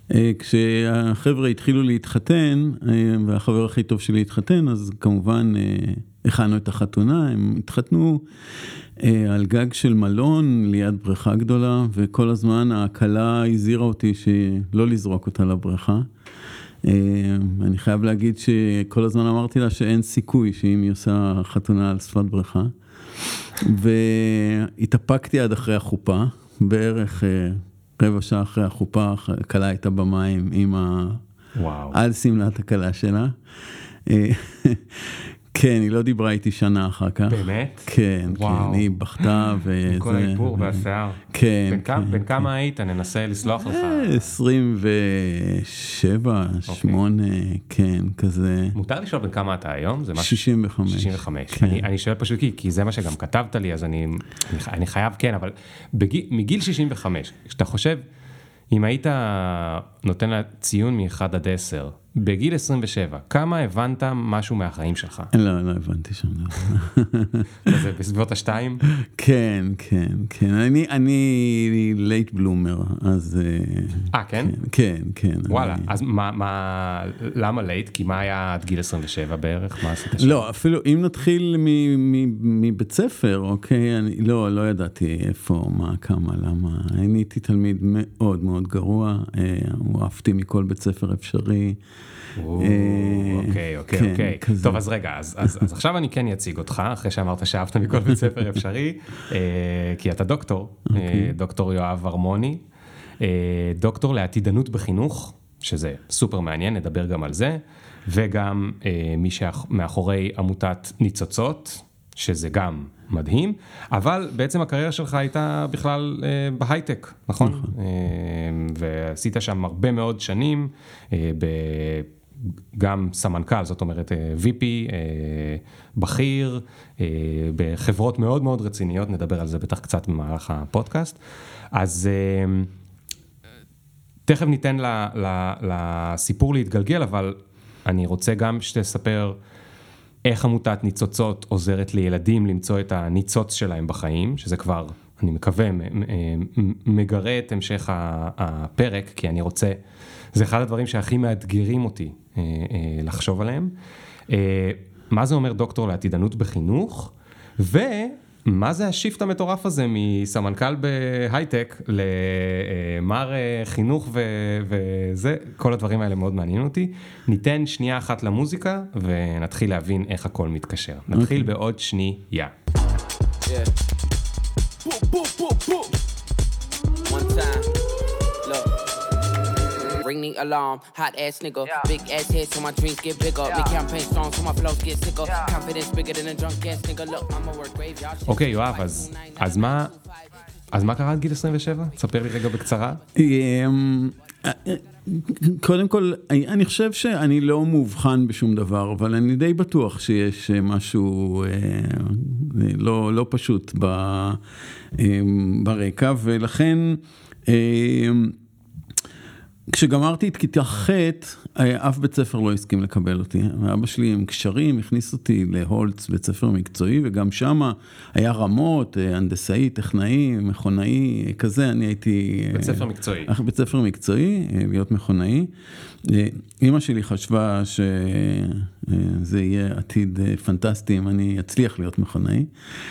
כשהחבר'ה התחילו להתחתן, והחבר הכי טוב שלי התחתן, אז כמובן הכנו את החתונה, הם התחתנו על גג של מלון ליד בריכה גדולה, וכל הזמן ההקלה הזהירה אותי שלא לזרוק אותה לבריכה. אני חייב להגיד שכל הזמן אמרתי לה שאין סיכוי שאם היא עושה חתונה על שפת בריכה, והתאפקתי עד אחרי החופה, בערך רבע שעה אחרי החופה, הקלה הייתה במים עם על סמלת הקלה שלה. כן, היא לא דיברה איתי שנה אחר כך. באמת? כן, כן, היא בכתה וזה... כל האיפור והשיער. כן. בן כמה היית? ננסה לסלוח לך. 27, 8, כן, כזה. מותר לשאול בן כמה אתה היום? 65. 65. אני שואל פשוט כי זה מה שגם כתבת לי, אז אני חייב כן, אבל מגיל 65, כשאתה חושב, אם היית נותן לה ציון מ-1 עד 10, בגיל 27, כמה הבנת משהו מהחיים שלך? לא הבנתי שם. זה בסביבות השתיים? כן, כן, כן. אני לייט בלומר, אז... כן? כן, כן. וואלה, אז למה לייט? כי מה היה עד גיל 27 בערך? מה עשית שם? לא, אפילו אם נתחיל מבית ספר, אוקיי, אני לא ידעתי איפה, מה, כמה, למה. אני הייתי תלמיד מאוד מאוד גרוע, אהבתי מכל בית ספר אפשרי. אוקיי. טוב, אז רגע, אז עכשיו אני כן אציג אותך, אחרי שאמרת שאהבת מכל בית ספר אפשרי, כי אתה דוקטור, דוקטור יואב הרמוני, דוקטור לעתידנות בחינוך, שזה סופר מעניין, נדבר גם על זה, וגם מי שמאחורי עמותת ניצוצות, שזה גם מדהים, אבל בעצם הקריירה שלך הייתה בכלל בהייטק, נכון? ועשית שם הרבה מאוד שנים, גם סמנכ"ל, זאת אומרת VP, בכיר, בחברות מאוד מאוד רציניות, נדבר על זה בטח קצת במהלך הפודקאסט. אז תכף ניתן לסיפור להתגלגל, אבל אני רוצה גם שתספר איך עמותת ניצוצות עוזרת לילדים למצוא את הניצוץ שלהם בחיים, שזה כבר, אני מקווה, מגרה את המשך הפרק, כי אני רוצה, זה אחד הדברים שהכי מאתגרים אותי לחשוב עליהם. מה זה אומר דוקטור לעתידנות בחינוך, ומה זה השיפט המטורף הזה מסמנכ"ל בהייטק למר חינוך וזה, כל הדברים האלה מאוד מעניין אותי. ניתן שנייה אחת למוזיקה ונתחיל להבין איך הכל מתקשר. נתחיל בעוד שנייה. One time, look. Ring the alarm, hot ass nigga. Big ass head so my dreams get bigger. Big campaign strong so my flows get sicker. Confidence bigger than a drunk ass nigga. Look, I'ma work graveyard. אוקיי, יואב, אז מה קרה עד גיל 27? תספר לי רגע בקצרה. קודם כל, אני חושב שאני לא מובחן בשום דבר, אבל אני די בטוח שיש משהו לא פשוט ברקע, ולכן כשגמרתי את כיתה ח', אף בית ספר לא הסכים לקבל אותי. אבא שלי עם קשרים, הכניס אותי להולץ, בית ספר מקצועי, וגם שם היה רמות, הנדסאי, טכנאי, מכונאי, כזה, אני הייתי... בית ספר מקצועי. בית ספר מקצועי, להיות מכונאי. אמא שלי חשבה שזה יהיה עתיד פנטסטי אם אני אצליח להיות מכונאי.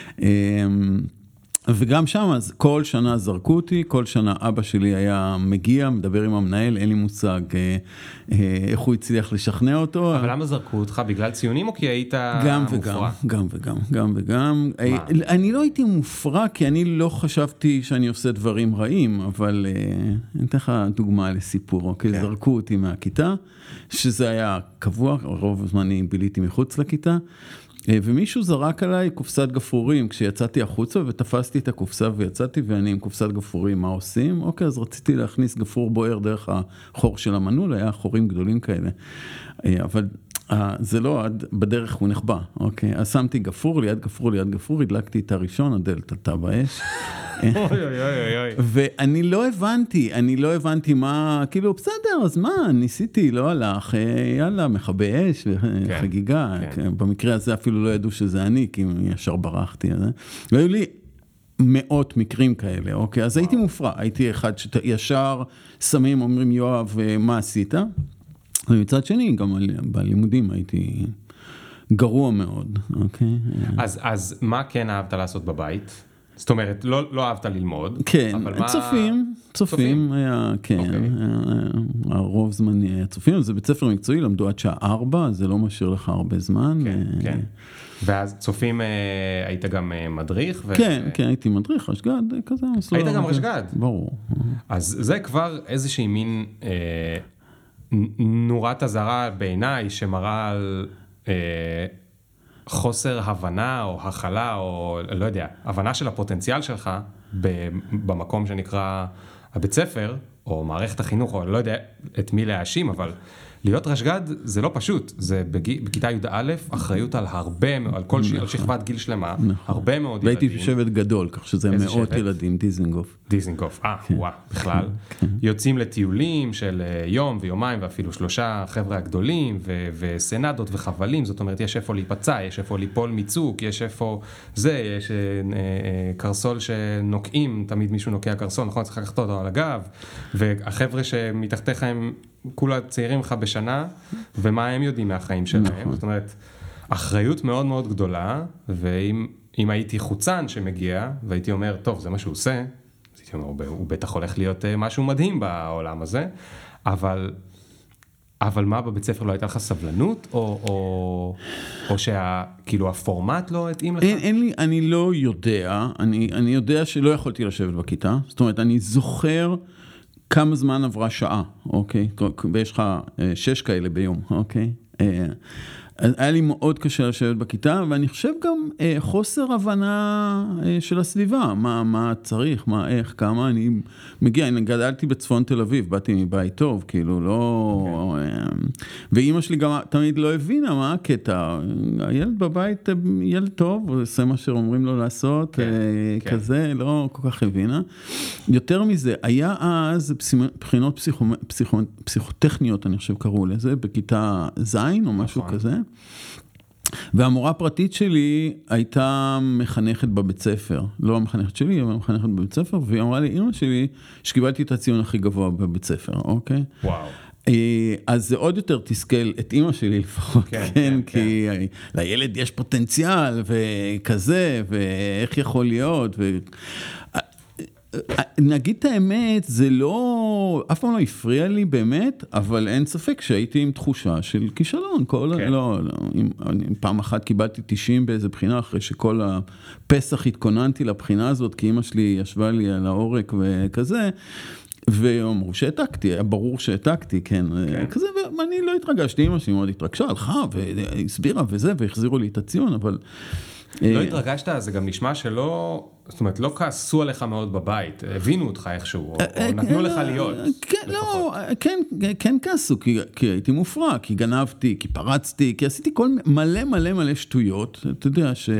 וגם שם, אז כל שנה זרקו אותי, כל שנה אבא שלי היה מגיע, מדבר עם המנהל, אין לי מושג איך הוא הצליח לשכנע אותו. אבל למה זרקו אותך? בגלל ציונים או כי היית מופרע? גם וגם. אני לא הייתי מופרע, כי אני לא חשבתי שאני עושה דברים רעים, אבל אני אתן לך דוגמה לסיפור, אוקיי? זרקו אותי מהכיתה, שזה היה קבוע, רוב הזמן ביליתי מחוץ לכיתה, ומישהו זרק עליי קופסת גפרורים, כשיצאתי החוצה ותפסתי את הקופסה ויצאתי ואני עם קופסת גפרורים, מה עושים? אוקיי, אז רציתי להכניס גפרור בוער דרך החור של המנעול, היה חורים גדולים כאלה, אבל זה לא, בדרך הוא נחבא, אוקיי, אז שמתי גפרור ליד גפרור, הדלקתי את הראשון, הדלת עלתה באש, ואני לא הבנתי מה, כאילו בסדר, אז מה, ניסיתי, לא הלך, יאללה, מכבה אש וחגיגה, במקרה הזה אפילו לא ידעו שזה אני, כי ישר ברחתי, והיו לי מאות מקרים כאלה, אוקיי? אז הייתי מופרע, הייתי אחד שישר שמים, אומרים יואב, מה עשית? ומצד שני, גם בלימודים הייתי גרוע מאוד, אוקיי? אז מה כן אהבת לעשות בבית? זאת אומרת, לא אהבת ללמוד. כן, צופים היה, כן, הרוב זמן היה צופים, זה בית ספר מקצועי, למדו עד שעה 4, זה לא משאיר לך הרבה זמן. כן. ואז צופים היית גם מדריך? כן, הייתי מדריך, רשגד, כזה. היית גם רשגד? ברור. אז זה כבר איזושהי מין נורת אזהרה בעיניי, שמראה על חוסר הבנה או הכלה, או לא יודע, הבנה של הפוטנציאל שלך במקום שנקרא הבית ספר, או מערכת החינוך, או לא יודע את מי להאשים, אבל להיות רשגד זה לא פשוט, זה בכיתה י"א, אחריות על הרבה, על כל שכבת גיל שלמה, הרבה מאוד ילדים. והייתי שבט גדול, כך שזה מאות ילדים, דיזנגוף, וואו, בכלל. יוצאים לטיולים של יום ויומיים, ואפילו 3 חבר'ה הגדולים, וסנדות וחבלים, זאת אומרת, יש איפה להיפצע, יש איפה ליפול מצוק, יש איפה זה, יש קרסול שנוקעים, תמיד מישהו נוקע קרסול, נכון, צריך לקחת אותו על הגב, והחבר'ה שמתחתיך הם כולה צעירים לך בשנה, ומה הם יודעים מהחיים שלהם. זאת אומרת, אחריות מאוד מאוד גדולה, ואם הייתי חוצן שמגיע, והייתי אומר, טוב, זה מה שהוא עושה, אז הייתי אומר, הוא בטח הולך להיות משהו מדהים בעולם הזה, אבל מה, בבית ספר לא הייתה לך סבלנות, או שכאילו הפורמט לא התאים לך? אני לא יודע, אני יודע שלא יכולתי לשבת בכיתה, זאת אומרת, אני זוכר כמה זמן עברה שעה, אוקיי? ויש לך 6 כאלה ביום, אוקיי? היה לי מאוד קשה לשבת בכיתה, ואני חושב גם חוסר הבנה של הסביבה, מה צריך, מה, איך, כמה, אני מגיע, אני גדלתי בצפון תל אביב, באתי מבית טוב, כאילו לא, ואימא שלי גם תמיד לא הבינה מה הקטע, הילד בבית ילד טוב, הוא עושה מה שאומרים לו לעשות, כזה, לא כל כך הבינה. יותר מזה, היה אז בחינות פסיכוטכניות, אני חושב קראו לזה, בכיתה זין או משהו כזה, והמורה הפרטית שלי הייתה מחנכת בבית ספר, לא המחנכת שלי, אבל מחנכת בבית ספר, והיא אמרה לי, אמא שלי, שקיבלתי את הציון הכי גבוה בבית ספר, אוקיי? וואו. אז זה עוד יותר תסכל את אמא שלי לפחות, כן, כי לילד יש פוטנציאל וכזה, ואיך יכול להיות, נגיד את האמת, זה לא, אף פעם לא הפריע לי באמת, אבל אין ספק שהייתי עם תחושה של כישלון, פעם אחת קיבלתי 90 באיזה בחינה, אחרי שכל הפסח התכוננתי לבחינה הזאת, כי אמא שלי ישבה לי על העורק וכזה, ואמרו שהעתקתי, היה ברור שהעתקתי, כן, כזה, ואני לא התרגשתי, אמא שלי מאוד התרגשה, הלכה והסבירה וזה, והחזירו לי את הציון, אבל לא התרגשת, זה גם נשמע שלא, זאת אומרת, לא כעסו עליך מאוד בבית, הבינו אותך איכשהו, או נתנו לך להיות. כן כעסו, כי הייתי מופרע, כי גנבתי, כי פרצתי, כי עשיתי כל מלא שטויות, אתה יודע ש...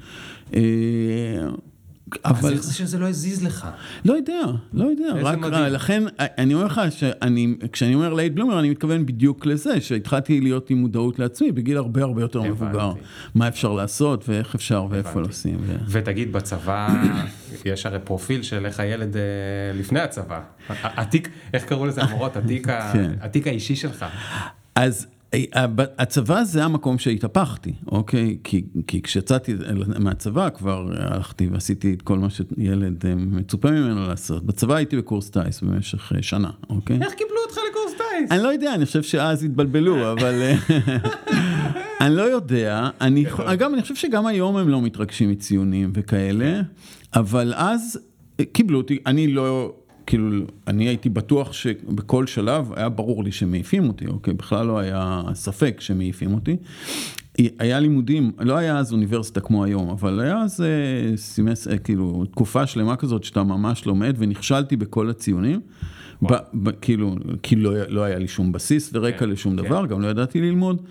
אז איך זה שזה לא הזיז לך? לא יודע, רק לכן אני אומר לך כשאני אומר לייט בלומר, אני מתכוון בדיוק לזה, שהתחלתי להיות עם מודעות לעצמי, בגיל הרבה יותר מבוגר, מה אפשר לעשות ואיך אפשר ואיפה לשים. ותגיד, בצבא יש הרי פרופיל של איך הילד לפני הצבא, איך קראו לזה המורות, התיק האישי שלך. אז הצבא זה המקום שהתהפכתי, אוקיי? כי כשיצאתי מהצבא כבר הלכתי ועשיתי את כל מה שילד מצופה ממנו לעשות. בצבא הייתי בקורס טייס במשך שנה, אוקיי? איך קיבלו אותך לקורס טייס? אני לא יודע, אני חושב שאז התבלבלו, אבל אני לא יודע. אגב, אני חושב שגם היום הם לא מתרגשים מציונים וכאלה, אבל אז קיבלו אותי, כאילו, אני הייתי בטוח שבכל שלב היה ברור לי שמעיפים אותי, אוקיי? בכלל לא היה ספק שמעיפים אותי. היה לימודים, לא היה אז אוניברסיטה כמו היום, אבל היה אז כאילו, תקופה שלמה כזאת שאתה ממש לומד, ונכשלתי בכל הציונים, כאילו, כי לא היה לי שום בסיס ורקע לשום דבר, גם לא ידעתי ללמוד.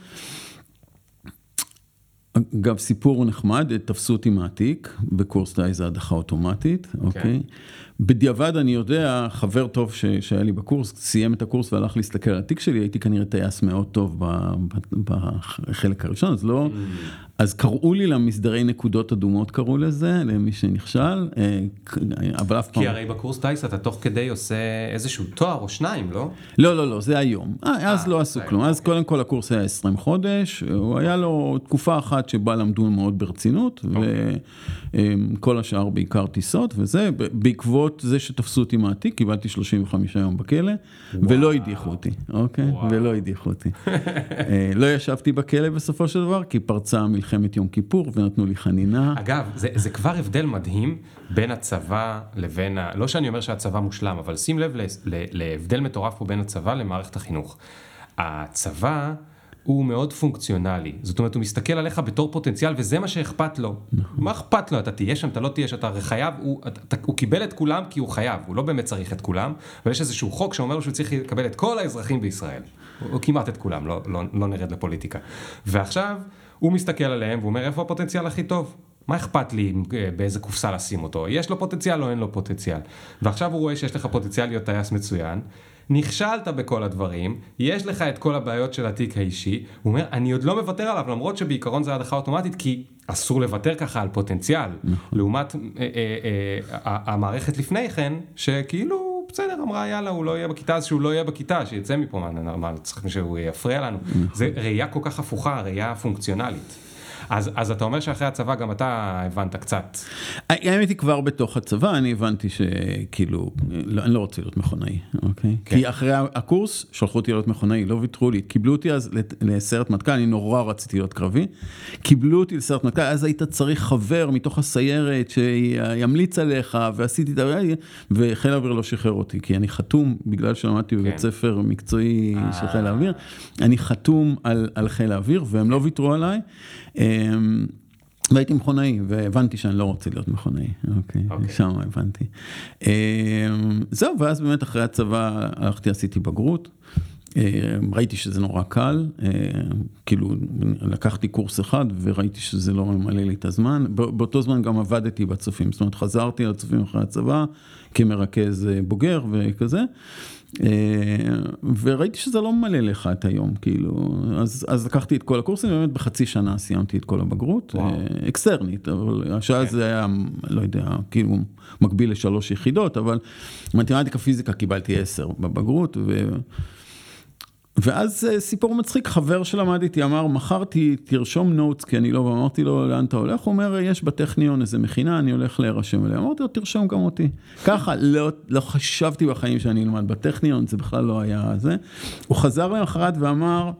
אגב, סיפור נחמד, תפסו אותי מעתיק, בקורס טייס זה הדחה אוטומטית, אוקיי? בדיעבד אני יודע, חבר טוב שהיה לי בקורס, סיים את הקורס והלך להסתכל על התיק שלי, הייתי כנראה טייס מאוד טוב בחלק הראשון, אז לא, אז קראו לי למסדרי נקודות אדומות, קראו לזה, למי שנכשל, אבל אף פעם. כי הרי בקורס טייס אתה תוך כדי עושה איזשהו תואר או שניים, לא? לא, זה היום. אז לא עשו כלום. אז קודם כל הקורס היה 20 חודש, הוא היה לו תקופה אחת שבה למדו מאוד ברצינות, וכל השאר בעיקר טיסות, וזה, בעקבות זה שתפסו אותי מהתיק, קיבלתי 35 יום בכלא, ולא הדיחו אותי, אוקיי? ולא הדיחו אותי. לא ישבתי בכלא בסופו של דבר, כי פרצה מלחמת יום כיפור, ונתנו לי חנינה. אגב, זה כבר הבדל מדהים בין הצבא לבין, לא שאני אומר שהצבא מושלם, אבל שים לב להבדל מטורף פה בין הצבא למערכת החינוך. הצבא הוא מאוד פונקציונלי, זאת אומרת, הוא מסתכל עליך בתור פוטנציאל, וזה מה שאכפת לו. מה אכפת לו? אתה תהיה שם, אתה לא תהיה שם, אתה חייב, הוא קיבל את כולם כי הוא חייב, הוא לא באמת צריך את כולם, ויש איזשהו חוק שאומר לו שהוא צריך לקבל את כל האזרחים בישראל, או כמעט את כולם, לא נרד לפוליטיקה. ועכשיו, הוא מסתכל עליהם, והוא אומר, איפה הפוטנציאל הכי טוב? מה אכפת לי באיזה קופסה לשים אותו? יש לו פוטנציאל או אין לו פוטנציאל? ועכשיו הוא רואה שיש לך פוטנציאל להיות טייס מצוין, נכשלת בכל הדברים, יש לך את כל הבעיות של התיק האישי, הוא אומר, אני עוד לא מוותר עליו, למרות שבעיקרון זה הדחה אוטומטית, כי אסור לוותר ככה על פוטנציאל, לעומת המערכת לפני כן, שכאילו, בסדר, אמרה, יאללה, הוא לא יהיה בכיתה, אז שהוא לא יהיה בכיתה, שיצא מפה, מה, צריכים שהוא יפריע לנו. זה ראייה כל כך הפוכה, ראייה פונקציונלית. אז אתה אומר שאחרי הצבא גם אתה הבנת קצת. האמת היא כבר בתוך הצבא, אני הבנתי שכאילו, אני לא רוצה להיות מכונאי, אוקיי? כי אחרי הקורס שלחו אותי להיות מכונאי, לא ויתרו לי, קיבלו אותי אז לסיירת מטכ"ל, אני נורא רציתי להיות קרבי, קיבלו אותי לסיירת מטכ"ל, אז היית צריך חבר מתוך הסיירת שימליץ עליך, ועשיתי את זה, וחיל האוויר לא שחרר אותי, כי אני חתום, בגלל שלמדתי בבית ספר מקצועי של חיל האוויר, אני חתום על חיל האוויר, והם לא ויתרו עליי, והייתי מכונאי, והבנתי שאני לא רוצה להיות מכונאי, אוקיי, שם הבנתי. זהו, ואז באמת אחרי הצבא הלכתי, עשיתי בגרות, ראיתי שזה נורא קל, כאילו לקחתי קורס אחד וראיתי שזה לא ממלא לי את הזמן, באותו זמן גם עבדתי בצופים, זאת אומרת חזרתי לצופים אחרי הצבא כמרכז בוגר וכזה, וראיתי שזה לא ממלא לך את היום, כאילו, אז לקחתי את כל הקורסים, באמת בחצי שנה סיימתי את כל הבגרות, אקסטרנית, אבל השעה זה היה, לא יודע, כאילו מקביל ל3 יחידות, אבל מתמטיקה פיזיקה קיבלתי 10 בבגרות, ואז סיפור מצחיק, חבר שלמד איתי אמר, מחר תרשום נוטס, כי אני לא, ואמרתי לו, לאן אתה הולך? הוא אומר, יש בטכניון איזה מכינה, אני הולך להירשם אליה. אמרתי לו, תרשום גם אותי. ככה, לא חשבתי בחיים שאני אלמד בטכניון, זה בכלל לא היה זה. הוא חזר למחרת ואמר,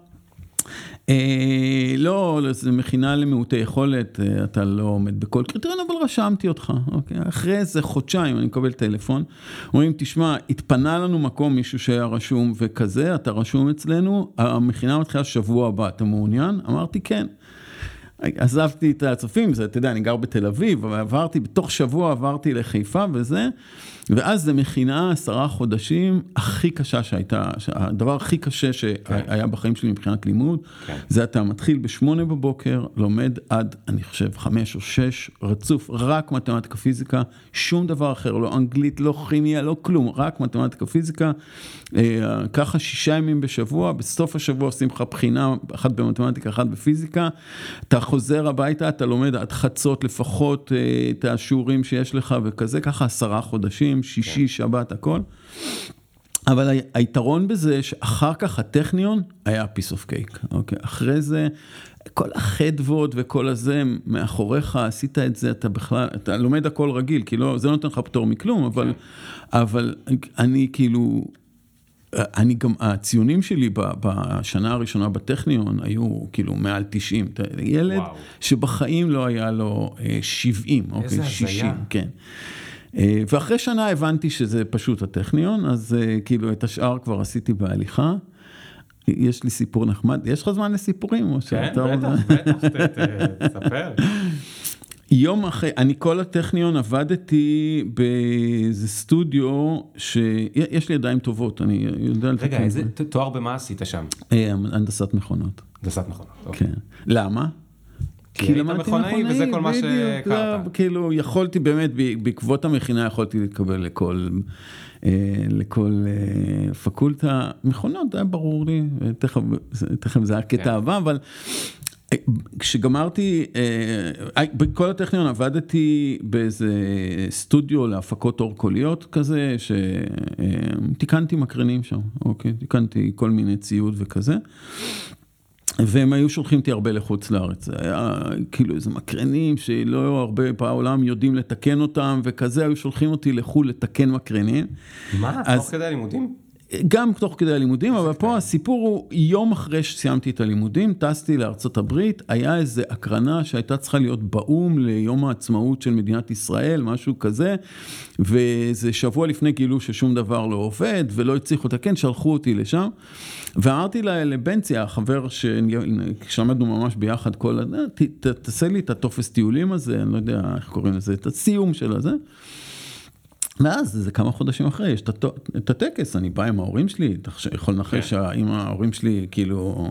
לא, זה מכינה למעוטי יכולת, אתה לא עומד בכל קריטריון, אבל רשמתי אותך, אוקיי? אחרי איזה חודשיים אני מקבל טלפון, אומרים, תשמע, התפנה לנו מקום מישהו שהיה רשום וכזה, אתה רשום אצלנו, המכינה מתחילה שבוע הבא, אתה מעוניין? אמרתי, כן. עזבתי את הצופים, זה, אתה יודע, אני גר בתל אביב, אבל בתוך שבוע עברתי לחיפה וזה, ואז זה מכינה 10 חודשים הכי קשה שהייתה, הדבר הכי קשה שהיה בחיים שלי מבחינת לימוד, זה אתה מתחיל ב8 בבוקר, לומד עד, אני חושב, 5 או 6, רצוף, רק מתמטיקה פיזיקה, שום דבר אחר, לא אנגלית, לא כימיה, לא כלום, רק מתמטיקה פיזיקה, ככה 6 ימים בשבוע, בסוף השבוע עושים לך בחינה, אחת במתמטיקה, אחת בפיזיקה, אתה חוזר הביתה, אתה לומד עד חצות לפחות את השיעורים שיש לך וכזה, ככה 10 חודשים, שישי, שבת, הכל. אבל היתרון בזה שאחר כך הטכניון היה piece of cake. אוקיי? אחרי זה, כל החדוות וכל הזה מאחוריך, עשית את זה, אתה בכלל, אתה לומד הכל רגיל, כי לא, זה לא נותן לך פטור מכלום, אבל אני כאילו, אני גם, הציונים שלי בשנה הראשונה בטכניון היו כאילו מעל 90, ילד שבחיים לא היה לו 70, אוקיי, 60, כן. ואחרי שנה הבנתי שזה פשוט הטכניון, אז כאילו את השאר כבר עשיתי בהליכה. יש לי סיפור נחמד, יש לך זמן לסיפורים? כן, בטח, תספר. יום אחרי, אני כל הטכניון עבדתי באיזה סטודיו, שיש לי ידיים טובות, אני יודע... רגע, איזה תואר במה עשית שם? הנדסת מכונות. הנדסת מכונות, אוקיי. כן. למה? כי למדתי מכונאי, וזה כל מה שהכרת. כאילו, יכולתי באמת, בעקבות המכינה יכולתי להתקבל לכל פקולטה. מכונות, זה היה ברור לי, תכף זה היה קטע אהבה, אבל כשגמרתי, בכל הטכניון עבדתי באיזה סטודיו להפקות אור קוליות כזה, שתיקנתי מקרנים שם, אוקיי? תיקנתי כל מיני ציוד וכזה. והם היו שולחים אותי הרבה לחוץ לארץ. זה היה כאילו איזה מקרנים שלא הרבה בעולם יודעים לתקן אותם, וכזה היו שולחים אותי לחו"ל לתקן מקרנים. מה? תוך כדי הלימודים? גם תוך כדי הלימודים, אבל פה הסיפור הוא, יום אחרי שסיימתי את הלימודים, טסתי לארצות הברית, היה איזו הקרנה שהייתה צריכה להיות באום ליום העצמאות של מדינת ישראל, משהו כזה, וזה שבוע לפני גילו ששום דבר לא עובד, ולא הצליחו לתקן, שלחו אותי לשם, ואמרתי לבנצי, החבר כשעמדנו ממש ביחד כל תעשה לי את הטופס טיולים הזה, אני לא יודע איך קוראים לזה, את הסיום של הזה, ואז זה כמה חודשים אחרי, יש את הטקס, אני בא עם ההורים שלי, אתה יכול לנחש עם ההורים שלי, כאילו,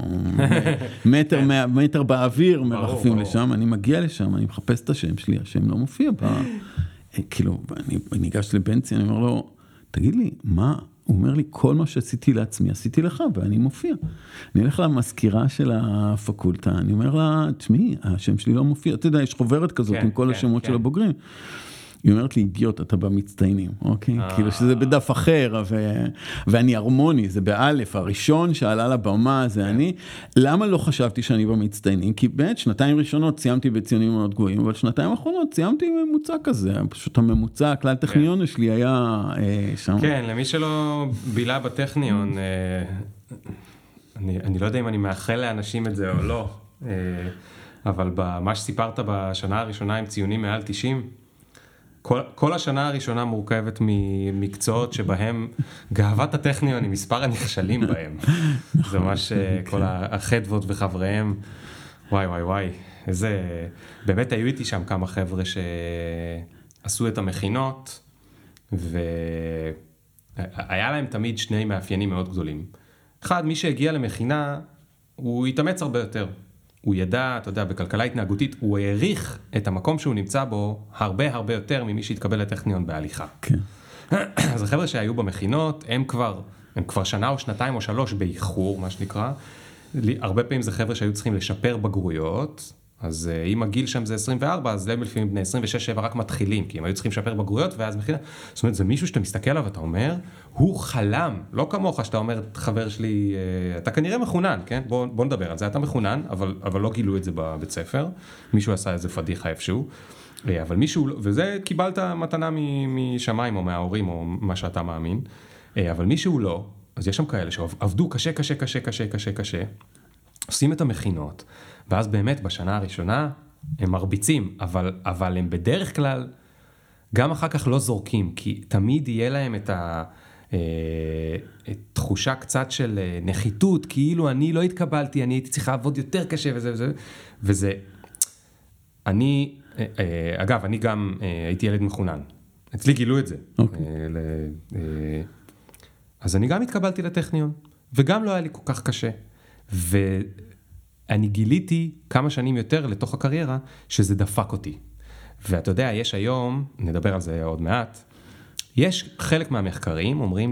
מטר באוויר מרחפים לשם, אני מגיע לשם, אני מחפש את השם שלי, השם לא מופיע, כאילו, אני ניגש לבנצי, אני אומר לו, תגיד לי, מה? הוא אומר לי, כל מה שעשיתי לעצמי, עשיתי לך, ואני מופיע. אני הולך למזכירה של הפקולטה, אני אומר לה, תשמעי, השם שלי לא מופיע, אתה יודע, יש חוברת כזאת עם כל השמות של הבוגרים. היא אומרת לי, אידיוט, אתה במצטיינים, אוקיי? כאילו שזה בדף אחר, ואני הרמוני, זה באלף, הראשון שעלה לבמה, זה אני. למה לא חשבתי שאני במצטיינים? כי באמת, שנתיים ראשונות סיימתי בציונים מאוד גבוהים, אבל שנתיים האחרונות סיימתי ממוצע כזה, פשוט הממוצע, הכלל טכניון שלי היה שם. כן, למי שלא בילה בטכניון, אני לא יודע אם אני מאחל לאנשים את זה או לא, אבל מה שסיפרת בשנה הראשונה עם ציונים מעל 90, כל השנה הראשונה מורכבת ממקצועות שבהם גאוות הטכניון היא מספר הנכשלים בהם. זה ממש כל החדוות וחבריהם, וואי, איזה, באמת היו איתי שם כמה חבר'ה שעשו את המכינות, והיה להם תמיד שני מאפיינים מאוד גדולים. אחד, מי שהגיע למכינה, הוא התאמץ הרבה יותר. הוא ידע, אתה יודע, בכלכלה התנהגותית, הוא העריך את המקום שהוא נמצא בו הרבה יותר ממי שהתקבל לטכניון בהליכה. כן. אז החבר'ה שהיו במכינות, הם כבר שנה או שנתיים או שלוש באיחור, מה שנקרא. הרבה פעמים זה חבר'ה שהיו צריכים לשפר בגרויות, אז אם הגיל שם זה 24, אז הם לפעמים בני 26-7 רק מתחילים, כי הם היו צריכים לשפר בגרויות, ואז מכינה. זאת אומרת, זה מישהו שאתה מסתכל עליו ואתה אומר, הוא חלם, לא כמוך שאתה אומר, חבר שלי, אתה כנראה מחונן, כן? בוא נדבר על זה, אתה מחונן, אבל לא גילו את זה בבית ספר, מישהו עשה איזה פדיחה איפשהו, אבל מישהו, וזה קיבלת מתנה משמיים או מההורים או מה שאתה מאמין, אבל מישהו לא, אז יש שם כאלה שעבדו קשה, עושים את המכינות, ואז באמת בשנה הראשונה הם מרביצים, אבל הם בדרך כלל גם אחר כך לא זורקים, כי תמיד יהיה להם את תחושה קצת של נחיתות, כאילו אני לא התקבלתי, אני הייתי צריך לעבוד יותר קשה וזה, אגב, אני גם הייתי ילד מחונן, אצלי גילו את זה. אז אני גם התקבלתי לטכניון, וגם לא היה לי כל כך קשה. ואני גיליתי כמה שנים יותר לתוך הקריירה, שזה דפק אותי. ואתה יודע, יש היום, נדבר על זה עוד מעט, יש חלק מהמחקרים אומרים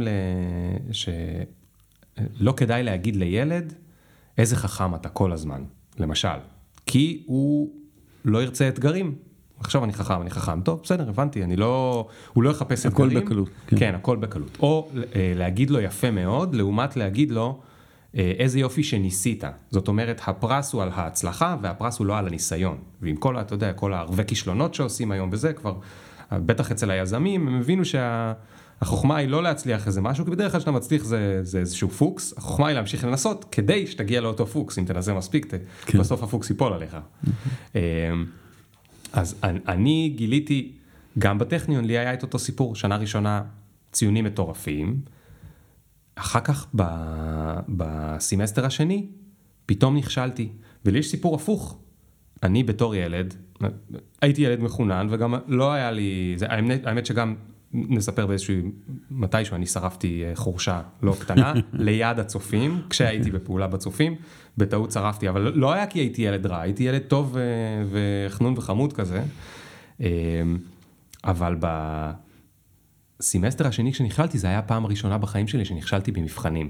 שלא כדאי להגיד לילד איזה חכם אתה כל הזמן, למשל. כי הוא לא ירצה אתגרים. עכשיו אני חכם, טוב, בסדר, הבנתי, הוא לא יחפש אתגרים. הכל בקלות. כן, הכל בקלות. או להגיד לו יפה מאוד, לעומת להגיד לו איזה יופי שניסית. זאת אומרת, הפרס הוא על ההצלחה, והפרס הוא לא על הניסיון. ועם כל, אתה יודע, כל הרבה כישלונות שעושים היום בזה, כבר, בטח אצל היזמים, הם הבינו שהחוכמה היא לא להצליח איזה משהו, כי בדרך כלל שאתה מצליח זה איזשהו פוקס, החוכמה היא להמשיך לנסות, כדי שתגיע לאותו פוקס, אם תנסה מספיק, בסוף הפוקס ייפול עליך. אז אני גיליתי, גם בטכניון, לי היה את אותו סיפור, שנה ראשונה ציונים מטורפים, אחר כך בסמסטר השני, פתאום נכשלתי, ולי יש סיפור הפוך. אני בתור ילד, הייתי ילד מחונן, וגם לא היה לי, האמת שגם נספר מתישהו אני שרפתי חורשה לא קטנה, ליד הצופים, כשהייתי בפעולה בצופים, בטעות שרפתי, אבל לא היה כי הייתי ילד רע, הייתי ילד טוב וחנון וחמוד כזה, אבל בסימסטר השני כשנכשלתי, זה היה הפעם הראשונה בחיים שלי שנכשלתי במבחנים.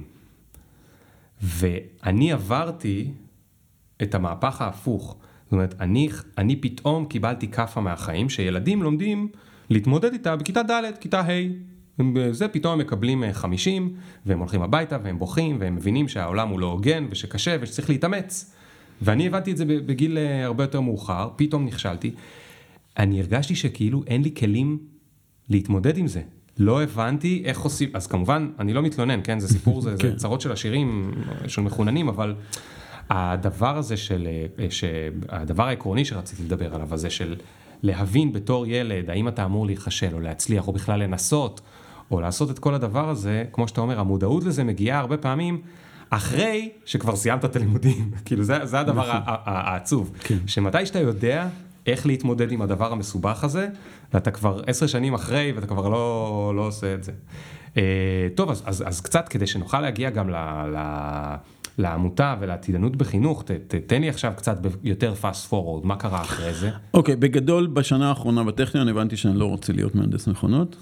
ואני עברתי את המהפך ההפוך. זאת אומרת, אני פתאום קיבלתי קפה מהחיים, שילדים לומדים להתמודד איתה בכיתה ד', כיתה ה'. זה פתאום הם מקבלים 50, והם הולכים הביתה, והם בוכים, והם מבינים שהעולם הוא לא הוגן, ושקשה, ושצריך להתאמץ. ואני הבנתי את זה בגיל הרבה יותר מאוחר, פתאום נכשלתי. אני הרגשתי שכאילו אין לי כלים להתמודד עם זה. לא הבנתי איך עושים, אז כמובן, אני לא מתלונן, כן? זה סיפור, זה צרות של השירים, של מחוננים, אבל הדבר הזה הדבר העקרוני שרציתי לדבר עליו, הזה של להבין בתור ילד, האם אתה אמור להיחשל או להצליח, או בכלל לנסות, או לעשות את כל הדבר הזה, כמו שאתה אומר, המודעות לזה מגיעה הרבה פעמים, אחרי שכבר סיימת את הלימודים. כאילו, זה הדבר העצוב. שמתי שאתה יודע איך להתמודד עם הדבר המסובך הזה, ואתה כבר 10 שנים אחרי, ואתה כבר לא עושה את זה. טוב, אז קצת כדי שנוכל להגיע גם לעמותה ולעתידנות בחינוך, תן לי עכשיו קצת יותר fast forward, מה קרה אחרי זה? אוקיי, בגדול בשנה האחרונה בטכניון הבנתי שאני לא רוצה להיות מהנדס מכונות,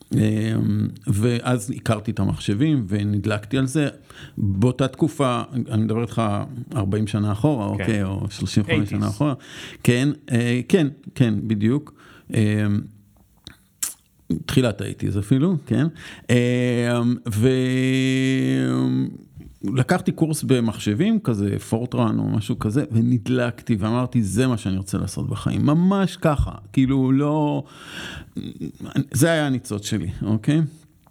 ואז הכרתי את המחשבים ונדלקתי על זה. באותה תקופה, אני מדבר איתך 40 שנה אחורה, אוקיי, או 35 שנה אחורה. כן, בדיוק. תחילת ה-80s אפילו, כן. לקחתי קורס במחשבים, כזה פורטרן או משהו כזה, ונדלקתי ואמרתי, זה מה שאני רוצה לעשות בחיים. ממש ככה, כאילו לא... זה היה הניצוץ שלי, אוקיי?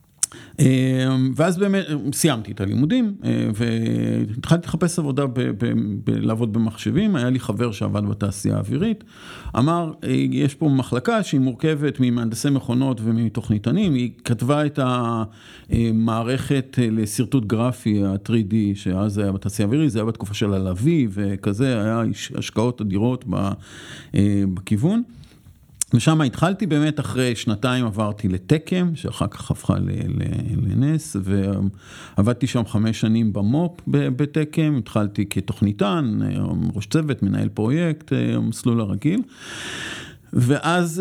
ואז באמת סיימתי את הלימודים, והתחלתי לחפש עבודה לעבוד במחשבים. היה לי חבר שעבד בתעשייה האווירית, אמר, יש פה מחלקה שהיא מורכבת ממהנדסי מכונות ומתוכניתנים, היא כתבה את המערכת לסרטוט גרפי, ה-3D, שאז היה בתעשייה האווירית, זה היה בתקופה של הלוי, וכזה, היה השקעות אדירות בכיוון. ושם התחלתי באמת, אחרי 2 עברתי לטקם, שאחר כך הפכה לנס, ועבדתי שם 5 שנים במופ בטקם, התחלתי כתוכניתן, ראש צוות, מנהל פרויקט, מסלול הרגיל, ואז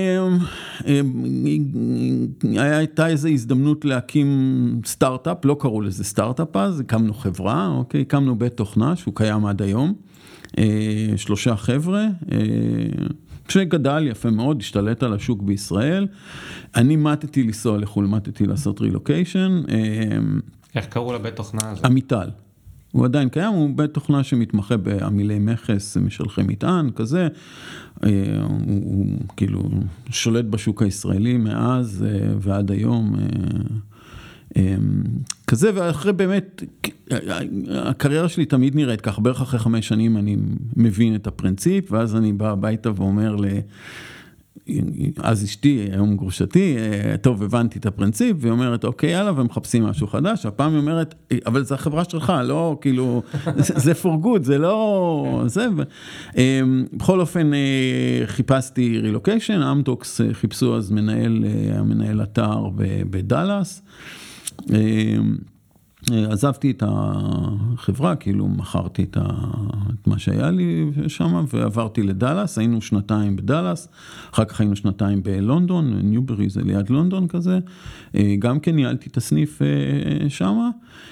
הייתה איזו הזדמנות להקים סטארט-אפ, לא קראו לזה סטארט-אפ אז, הקמנו חברה, אוקיי, הקמנו בית תוכנה, שהוא קיים עד היום, 3 חבר'ה, שגדל יפה מאוד, השתלט על השוק בישראל. אני מתתי לנסוע לחול, מתתי לעשות רילוקיישן. איך קראו לבית תוכנה הזה? אמיטל. הוא עדיין קיים, הוא בית תוכנה שמתמחה בעמילי מכס, משלחי מטען, כזה. הוא כאילו שולט בשוק הישראלי מאז ועד היום. כזה, ואחרי באמת, הקריירה שלי תמיד נראית כך, בערך אחרי 5 שנים אני מבין את הפרינציפ, ואז אני בא הביתה ואומר אז אשתי, היום גרושתי, טוב, הבנתי את הפרינציפ, והיא אומרת, אוקיי, יאללה, ומחפשים משהו חדש, הפעם היא אומרת, אבל זה החברה שלך, לא, כאילו, זה for good, זה לא, זה, בכל אופן, חיפשתי רילוקיישן, אמדוקס חיפשו אז מנהל אתר בדלס, עזבתי את החברה, כאילו מכרתי את מה שהיה לי שם, ועברתי לדלס, היינו 2 בדלס, אחר כך היינו 2 בלונדון, ניוברי זה ליד לונדון כזה, גם כן ניהלתי את הסניף שם,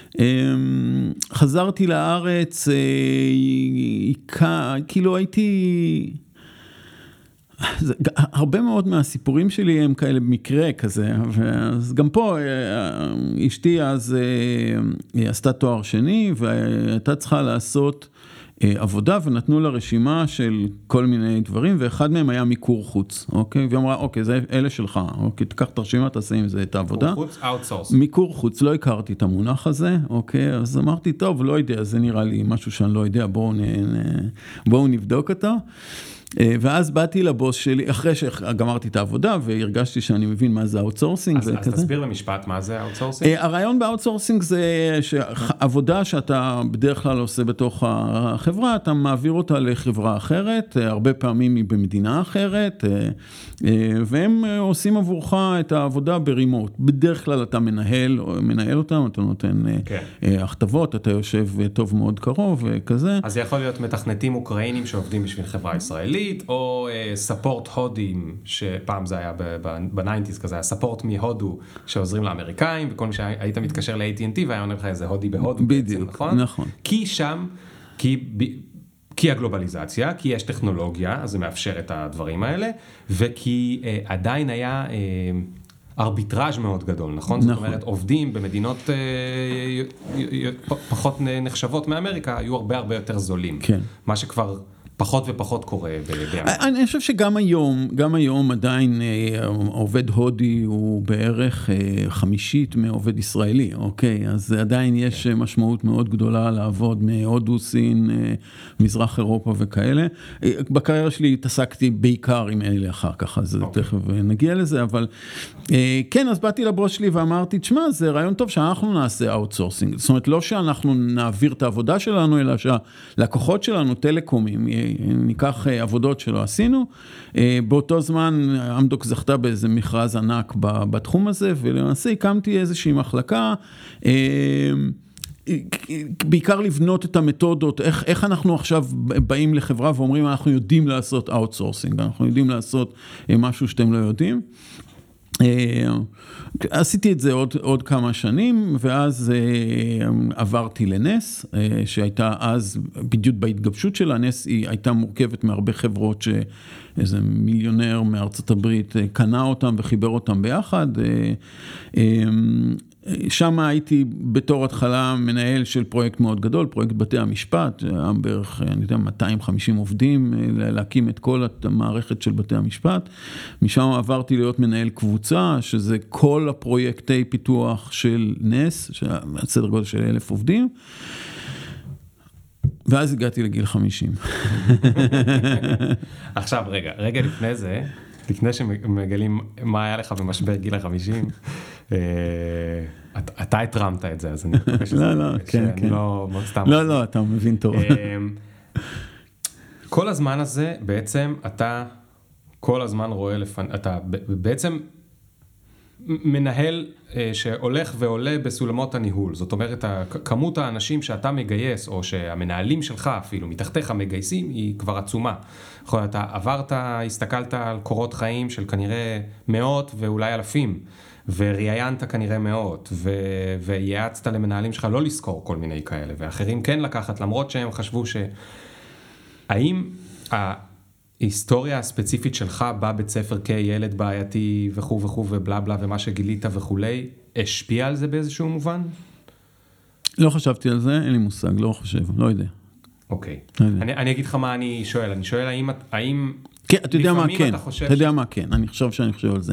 חזרתי לארץ, כאילו הייתי... הרבה מאוד מהסיפורים שלי הם כאלה במקרה כזה, אז גם פה אשתי אז עשתה תואר שני, והייתה צריכה לעשות עבודה, ונתנו לה רשימה של כל מיני דברים, ואחד מהם היה מיקור חוץ, אוקיי? והיא אמרה, אוקיי, זה אלה שלך, אוקיי, תקח את הרשימה, תעשה עם זה את העבודה. מיקור חוץ, אאוטסורס. מיקור חוץ, לא הכרתי את המונח הזה, אוקיי? אז אמרתי, טוב, לא יודע, זה נראה לי משהו שאני לא יודע, בואו נבדוק אותו. ואז באתי לבוס שלי, אחרי שגמרתי את העבודה, והרגשתי שאני מבין מה זה אאוטסורסינג. אז תסביר במשפט מה זה אאוטסורסינג. הרעיון באאוטסורסינג זה עבודה שאתה בדרך כלל עושה בתוך החברה, אתה מעביר אותה לחברה אחרת, הרבה פעמים היא במדינה אחרת, והם עושים עבורך את העבודה ברימוט. בדרך כלל אתה מנהל אותם, אתה נותן הכתבות, אתה יושב טוב מאוד קרוב וכזה. אז זה יכול להיות מתכנתים אוקראינים שעובדים בשביל חברה ישראלית, או ספורט הודים, שפעם זה היה ב-90s כזה, ספורט מהודו שעוזרים לאמריקאים, וכל מי שהיית מתקשר ל-AT&T והיה עונה לך איזה הודי בהודו. בדיוק, נכון. כי שם, כי הגלובליזציה, כי יש טכנולוגיה, אז זה מאפשר את הדברים האלה, וכי עדיין היה ארביטראז' מאוד גדול, נכון? זאת אומרת, עובדים במדינות פחות נחשבות מאמריקה, היו הרבה יותר זולים. כן. מה שכבר פחות ופחות קורה באמריקה. אני חושב שגם היום עדיין עובד הודי הוא בערך 50% מעובד ישראלי, אוקיי? אז עדיין יש משמעות מאוד גדולה לעבוד מהודו, סין, מזרח אירופה וכאלה. בקריירה שלי התעסקתי בעיקר עם אלה אחר כך, אז תכף נגיע לזה, אבל כן, אז באתי לבוס שלי ואמרתי, תשמע, זה רעיון טוב שאנחנו נעשה אאוטסורסינג. זאת אומרת, לא שאנחנו נעביר את העבודה שלנו, אלא שהלקוחות שלנו, טלקומים, ניקח עבודות שלא עשינו. באותו זמן אמדוק זכתה באיזה מכרז ענק בתחום הזה, ולמעשה הקמתי איזושהי מחלקה, בעיקר לבנות את המתודות, איך אנחנו עכשיו באים לחברה ואומרים, אנחנו יודעים לעשות אאוטסורסינג, אנחנו יודעים לעשות משהו שאתם לא יודעים. עשיתי את זה עוד כמה שנים, ואז עברתי לנס, שהייתה אז, בדיוק בהתגבשות שלה, נס היא הייתה מורכבת מהרבה חברות, שאיזה מיליונר מארצות הברית קנה אותם וחיבר אותם ביחד. שם הייתי בתור התחלה מנהל של פרויקט מאוד גדול, פרויקט בתי המשפט, בערך, אני יודע, 250 עובדים, להקים את כל המערכת של בתי המשפט. משם עברתי להיות מנהל קבוצה, שזה כל הפרויקטי פיתוח של נס, סדר גודל של 1,000 עובדים. ואז הגעתי לגיל 50. עכשיו, רגע לפני זה, לפני שמגלים מה היה לך במשבר גיל ה-50, אתה התרמת את זה, אז אני מבקש שאני לא סתם. לא, אתה מבין טוב. כל הזמן הזה, בעצם, אתה כל הזמן רואה אתה בעצם מנהל שהולך ועולה בסולמות הניהול. זאת אומרת, כמות האנשים שאתה מגייס, או שהמנהלים שלך אפילו, מתחתיך מגייסים, היא כבר עצומה. אתה עברת, הסתכלת על קורות חיים של כנראה מאות ואולי אלפים, וראיינת כנראה מאות, וייעצת למנהלים שלך לא לזכור כל מיני כאלה, ואחרים כן לקחת, למרות שהם חשבו האם ההיסטוריה הספציפית שלך בבית ספר כילד בעייתי וכו' וכו' ובלה בלה ומה שגילית וכולי, השפיע על זה באיזשהו מובן? לא חשבתי על זה, אין לי מושג, לא חושב, לא יודע. אוקיי. אני אגיד לך מה אני שואל, האם כן, אתה יודע מה כן, אתה יודע מה כן, אני חושב שאני חושב על זה.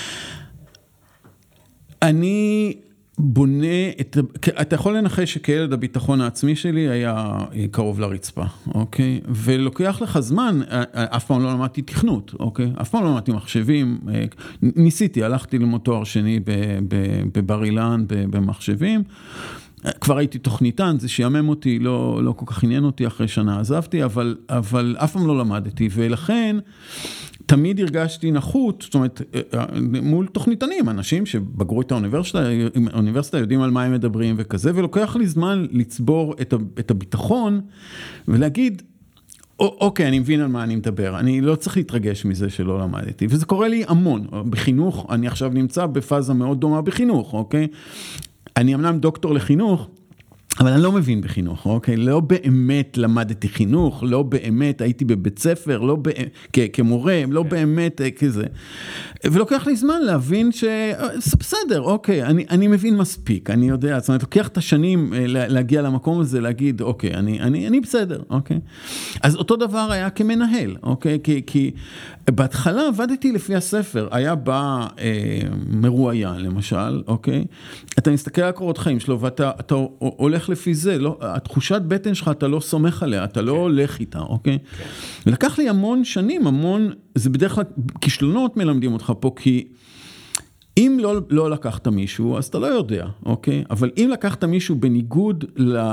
אני בונה אתה יכול לנחש שכילד הביטחון העצמי שלי היה קרוב לרצפה, אוקיי? ולוקח לך זמן, אף פעם לא למדתי תכנות, אוקיי? אף פעם לא למדתי מחשבים, ניסיתי, הלכתי ללמוד תואר שני בבר אילן במחשבים, כבר הייתי תוכניתן, זה שיאמם אותי, לא כל כך עניין אותי, אחרי שנה עזבתי, אבל אף פעם לא למדתי, ולכן תמיד הרגשתי נחות, זאת אומרת, מול תוכניתנים, אנשים שבגרו את האוניברסיטה יודעים על מה הם מדברים וכזה, ולוקח לי זמן לצבור את הביטחון, ולהגיד, אוקיי, אני מבין על מה אני מדבר, אני לא צריך להתרגש מזה שלא למדתי, וזה קורה לי המון, בחינוך, אני עכשיו נמצא בפאזה מאוד דומה בחינוך, אוקיי? אני אמנם דוקטור לחינוך, אבל אני לא מבין בחינוך, אוקיי? לא באמת למדתי חינוך, לא באמת הייתי בבית ספר, לא כמורה, לא באמת כזה. ולוקח לי זמן להבין בסדר, אוקיי, אני מבין מספיק, אני יודע, זאת אומרת, לוקח את השנים להגיע למקום הזה, להגיד, אוקיי, אני בסדר, אוקיי? אז אותו דבר היה כמנהל, אוקיי? כי בהתחלה עבדתי לפי הספר, היה בא מרואיין, למשל, אוקיי? אתה מסתכל על קורות חיים שלו, ואתה הולך לפי זה, לא, התחושת בטן שלך, אתה לא סומך עליה, אתה לא הולך איתה, אוקיי? ולקח לי המון שנים, זה בדרך כלל, כישלונות מלמדים אותך פה, כי אם לא לקחת מישהו, אז אתה לא יודע, אוקיי? אבל אם לקחת מישהו בניגוד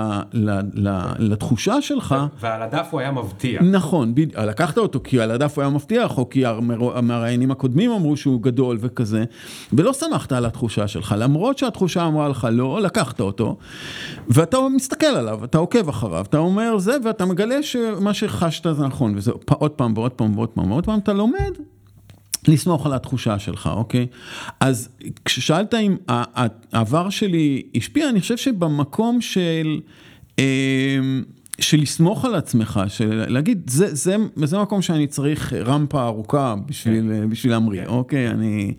לתחושה שלך... ועל הדף הוא היה מבטיח. נכון, לקחת אותו כי על הדף הוא היה מבטיח, או כי המראיינים הקודמים אמרו שהוא גדול וכזה, ולא שמחת על התחושה שלך, למרות שהתחושה אמרה לך לא, לקחת אותו, ואתה מסתכל עליו, אתה עוקב אחריו, אתה אומר זה, ואתה מגלה שמה שחשת זה נכון, וזה עוד פעם ועוד פעם ועוד פעם ועוד פעם, אתה לומד לסמוך על התחושה שלך, אוקיי? אז כששאלת אם העבר שלי השפיע, אני חושב שבמקום של לסמוך על עצמך, של להגיד, זה מקום שאני צריך רמפה ארוכה בשביל להמריא, אוקיי?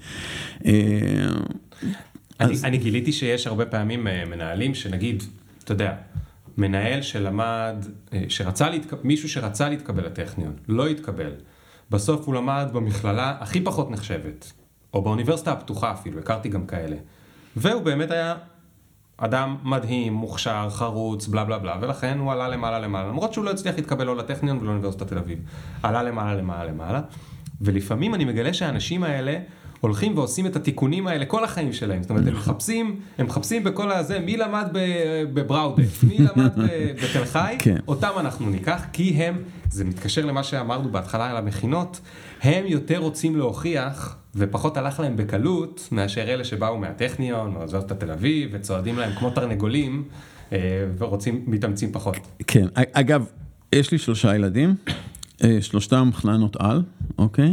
אני גיליתי שיש הרבה פעמים מנהלים שנגיד, אתה יודע, מנהל שלמד, מישהו שרצה להתקבל לטכניון, לא התקבל. בסוף הוא למד במכללה הכי פחות נחשבת, או באוניברסיטה הפתוחה אפילו, הכרתי גם כאלה. והוא באמת היה אדם מדהים, מוכשר, חרוץ, בלה בלה בלה, ולכן הוא עלה למעלה למעלה, למרות שהוא לא הצליח להתקבל לא לטכניון ולא לאוניברסיטת תל אביב. עלה למעלה למעלה למעלה, ולפעמים אני מגלה שהאנשים האלה הולכים ועושים את התיקונים האלה כל החיים שלהם. זאת אומרת, הם מחפשים בכל הזה, מי למד בבראודף, מי למד בתל חי, אותם אנחנו ניקח, כי זה מתקשר למה שאמרנו בהתחלה על המכינות, הם יותר רוצים להוכיח, ופחות הלך להם בקלות, מאשר אלה שבאו מהטכניון, או זאת תל אביב, וצועדים להם כמו תרנגולים, ורוצים, מתאמצים פחות. כן, אגב, יש לי 3 ילדים, 3 חננות על, אוקיי?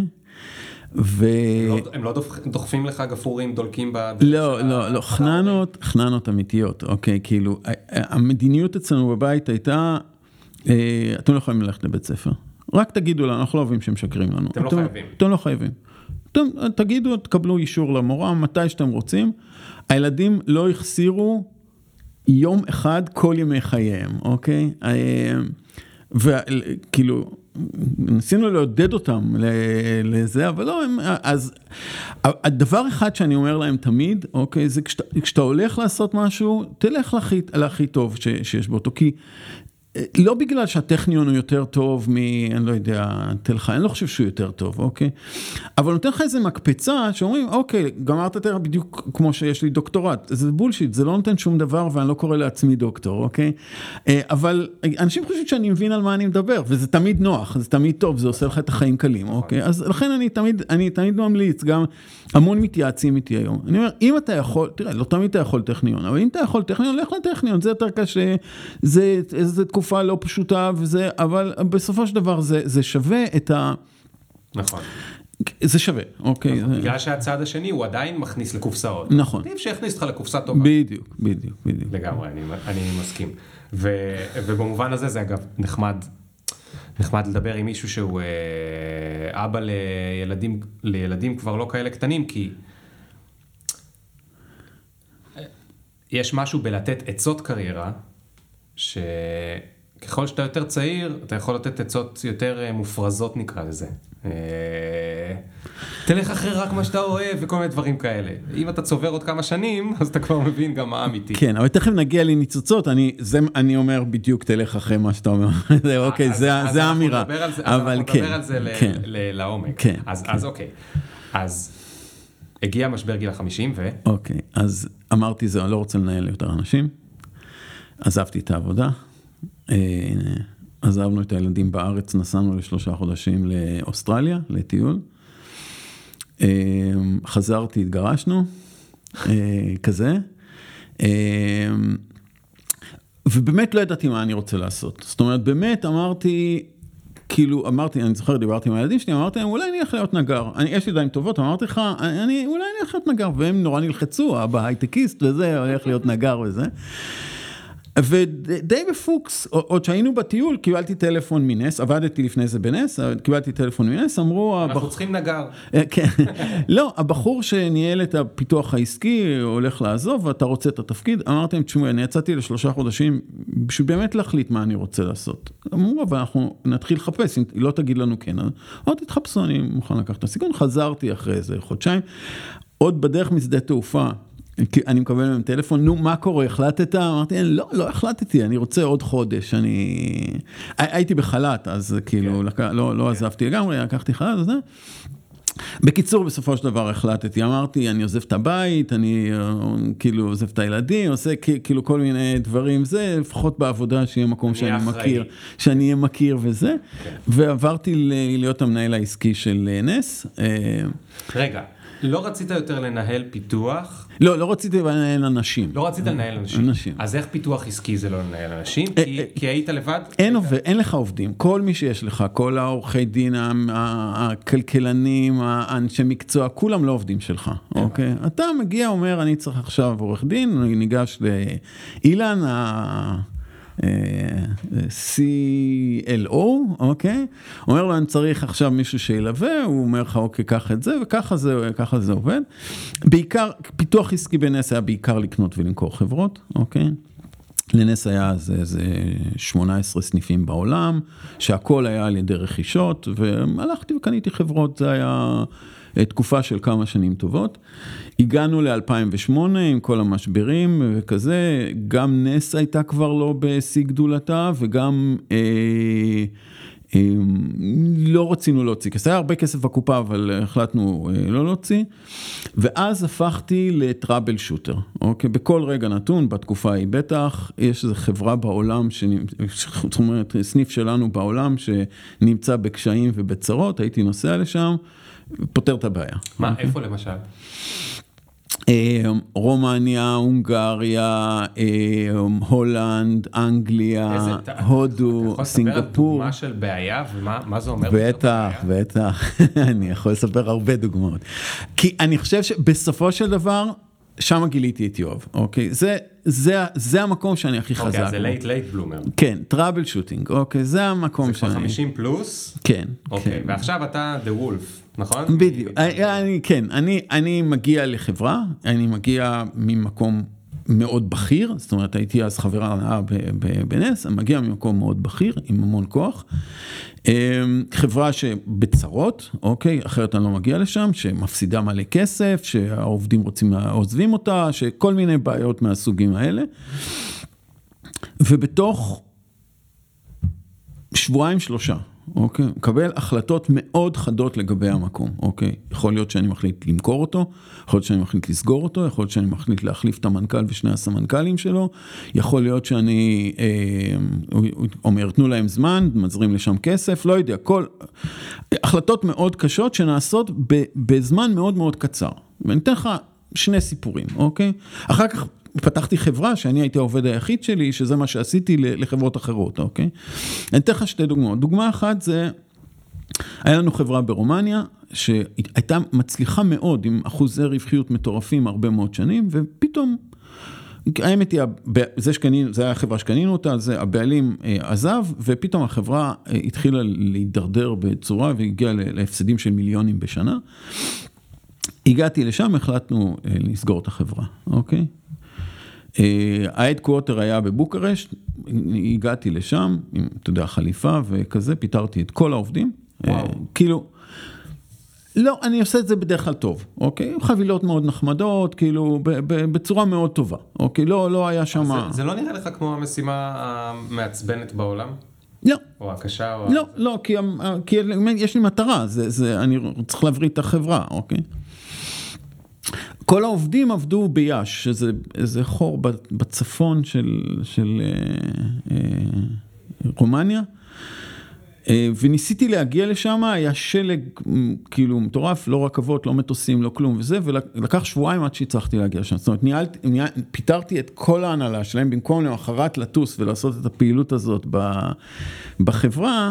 הם לא דוחפים לך גפורים, דולקים לא, חננות אמיתיות, אוקיי, כאילו, המדיניות אצלנו בבית הייתה, אתם לא יכולים ללכת לבית ספר, רק תגידו לנו, אנחנו לא אוהבים שמשקרים לנו. אתם לא חייבים. תגידו, תקבלו אישור למורה, מתי שאתם רוצים, הילדים לא החסירו יום אחד כל ימי חייהם, אוקיי? וכאילו, ניסינו לעודד אותם לזה, אבל לא, אז הדבר אחד שאני אומר להם תמיד, אוקיי, זה כשאתה הולך לעשות משהו, תלך להכי טוב שיש בו אותו, כי לא בגלל שהטכניון הוא יותר טוב אני לא יודע, תל חי, אני לא חושב שהוא יותר טוב, אוקיי? אבל נותן לך איזה מקפצה שאומרים, אוקיי, גמרת תל בדיוק כמו שיש לי דוקטורט. זה בולשיט, זה לא נותן שום דבר ואני לא קורא לעצמי דוקטור, אוקיי? אבל אנשים חושבים שאני מבין על מה אני מדבר, וזה תמיד נוח, זה תמיד טוב, זה עושה לך את החיים קלים, אוקיי? אז לכן אני תמיד ממליץ, גם המון מתייעצים איתי היום. אני אומר, אם אתה יכול, תראה, לא תמיד אתה יכול טכניון, אבל אם אתה יכול טכניון, לך לטכניון, זה יותר קשה, זה תקופה לא פשוטה, אבל בסופו של דבר זה שווה את נכון. זה שווה, אוקיי. בגלל שהצד השני הוא עדיין מכניס לקופסאות. נכון. עדיף שיכניס אותך לקופסה טובה. בדיוק. לגמרי, אני מסכים. ובמובן הזה זה אגב נחמד לדבר עם מישהו שהוא אבא לילדים כבר לא כאלה קטנים, כי יש משהו בלתת עצות קריירה, שככל שאתה יותר צעיר, אתה יכול לתת עצות יותר מופרזות נקרא לזה. תלך אחרי רק מה שאתה אוהב וכל מיני דברים כאלה. אם אתה צובר עוד כמה שנים, אז אתה כבר מבין גם מה אמיתי. כן, אבל תכף נגיע לניצוצות, אני אומר בדיוק תלך אחרי מה שאתה אומר. אוקיי, זה האמירה. אז אנחנו נדבר על זה לעומק. אז אוקיי. אז הגיע משבר גיל 50 אוקיי, אז אמרתי זה, אני לא רוצה לנהל יותר אנשים. עזבתי את העבודה. עזבנו את הילדים בארץ, נסענו ל3 חודשים לאוסטרליה, לטיול. חזרתי, התגרשנו, כזה. ובאמת לא ידעתי מה אני רוצה לעשות. זאת אומרת, באמת אמרתי, אני זוכר, דיברתי עם הילדים שלי, אמרתי להם, אולי אני הולך להיות נגר. יש לי ידיים טובות, אמרתי לך, אולי אני הולך להיות נגר, והם נורא נלחצו, אבא הייטקיסט וזה, הולך להיות נגר וזה. ודי בפוקס, עוד שהיינו בטיול, קיבלתי טלפון מנס, עבדתי לפני זה בנס, קיבלתי טלפון מנס, אמרו... אנחנו צריכים נגר. כן, לא, הבחור שניהל את הפיתוח העסקי הולך לעזוב, ואתה רוצה את התפקיד, אמרתם, תשמעו, אני יצאתי ל3 חודשים, בשביל באמת להחליט מה אני רוצה לעשות. אמרו, אבל אנחנו נתחיל לחפש, אם לא תגיד לנו כן, עוד תתחפשו, אני מוכן לקחת את הסיכון, חזרתי אחרי איזה חודשיים, עוד בדרך משדה תעופה, אני מקבל מהם טלפון, נו, מה קורה, החלטת? אמרתי, לא החלטתי, אני רוצה עוד חודש, הייתי בחל"ת, אז כאילו, לא עזבתי לגמרי, לקחתי חל"ת, וזה. בקיצור, בסופו של דבר החלטתי, אמרתי, אני עוזב את הבית, אני כאילו עוזב את הילדים, עושה כאילו כל מיני דברים, זה לפחות בעבודה שיהיה מקום שאני אהיה מכיר וזה, ועברתי להיות המנהל העסקי של נס. רגע, לא רצית יותר לנהל פיתוח? לא רציתי לנהל אנשים. לא רצית לנהל אנשים. אז איך פיתוח עסקי זה לא לנהל אנשים? כי היית לבד? אין לך עובדים. כל מי שיש לך, כל העורכי דין, הכלכלנים, האנשי מקצוע, כולם לא עובדים שלך. אוקיי? אתה מגיע, אומר, אני צריך עכשיו עורך דין, אני ניגש לאילן, CLO, אוקיי? אומר לו, אני צריך עכשיו מישהו שילווה, הוא אומר לך, אוקיי, קח את זה, וככה זה עובד. בעיקר, פיתוח עסקי בנס היה בעיקר לקנות ולמכור חברות, אוקיי? לנס היה איזה 18 סניפים בעולם, שהכל היה על ידי רכישות, והלכתי וקניתי חברות, זה היה תקופה של כמה שנים טובות. הגענו ל-2008 עם כל המשברים וכזה, גם נס הייתה כבר לא בשיא גדולתה, וגם לא רצינו להוציא, כי היה הרבה כסף בקופה, אבל החלטנו לא להוציא, ואז הפכתי לטראבל שוטר, אוקיי? בכל רגע נתון, בתקופה היא בטח, יש איזו חברה בעולם, זאת אומרת, סניף שלנו בעולם, שנמצא בקשיים ובצרות, הייתי נוסע לשם, פותר את הבעיה. מה, איפה למשל? רומניה, הונגריה, הולנד, אנגליה, הודו, סינגפור. אתה יכול לספר דוגמה של בעיה ומה זה אומר? בטח, אני יכול לספר הרבה דוגמאות. כי אני חושב שבסופו של דבר, שם גיליתי את יואב, אוקיי? זה המקום שאני הכי חזק. אוקיי, זה לייט בלומר. כן, טראבל שוטינג, אוקיי, זה המקום שאני... זה כבר 50 פלוס? כן. אוקיי, ועכשיו אתה The Wolf, נכון? בדיוק, כן, אני מגיע לחברה, אני מגיע ממקום מאוד בכיר, זאת אומרת, הייתי אז חברה בנס, אני מגיע ממקום מאוד בכיר, עם המון כוח, חברה שבצרות, אוקיי, אחרת אני לא מגיע לשם, שמפסידה מלא כסף, שהעובדים עוזבים אותה, שכל מיני בעיות מהסוגים האלה, ובתוך שבועיים שלושה, אוקיי, מקבל החלטות מאוד חדות לגבי המקום, אוקיי, יכול להיות שאני מחליט למכור אותו, יכול להיות שאני מחליט לסגור אותו, יכול להיות שאני מחליט להחליף את המנכ"ל ושני הסמנכ"לים שלו, יכול להיות שאני אומר, תנו להם זמן, מזרים לשם כסף, לא יודע, החלטות מאוד קשות שנעשות בזמן מאוד מאוד קצר, ואני אתן לך שני סיפורים, אוקיי, אחר כך פתחתי חברה שאני הייתי העובד היחיד שלי, שזה מה שעשיתי לחברות אחרות, אוקיי? אני אתן לך שתי דוגמאות. דוגמה אחת זה, היה לנו חברה ברומניה, שהייתה מצליחה מאוד, עם אחוזי רווחיות מטורפים הרבה מאוד שנים, ופתאום, האמת היא, זה היה החברה שקנינו אותה, זה הבעלים עזב, ופתאום החברה התחילה להידרדר בצורה, והגיעה להפסדים של מיליונים בשנה. הגעתי לשם, החלטנו לסגור את החברה, אוקיי? ההדקווטר היה בבוקרשט, הגעתי לשם, עם, אתה יודע, חליפה וכזה, פיתרתי את כל העובדים. כאילו, לא, אני עושה את זה בדרך כלל טוב, אוקיי? חבילות מאוד נחמדות, כאילו, בצורה מאוד טובה, אוקיי? לא היה שם... זה לא נראה לך כמו המשימה המעצבנת בעולם? לא. או הקשה? או... לא, כי יש לי מטרה, אני צריך להבריא את החברה, אוקיי? כל העובדים עבדו ביש, שזה איזה חור בצפון של רומניה, וניסיתי להגיע לשם, היה שלג כאילו מטורף, לא רכבות, לא מטוסים, לא כלום וזה, ולקח שבועיים עד שהצלחתי להגיע לשם. זאת אומרת, פיתרתי את כל ההנהלה שלהם, במקום למחרת לטוס ולעשות את הפעילות הזאת בחברה,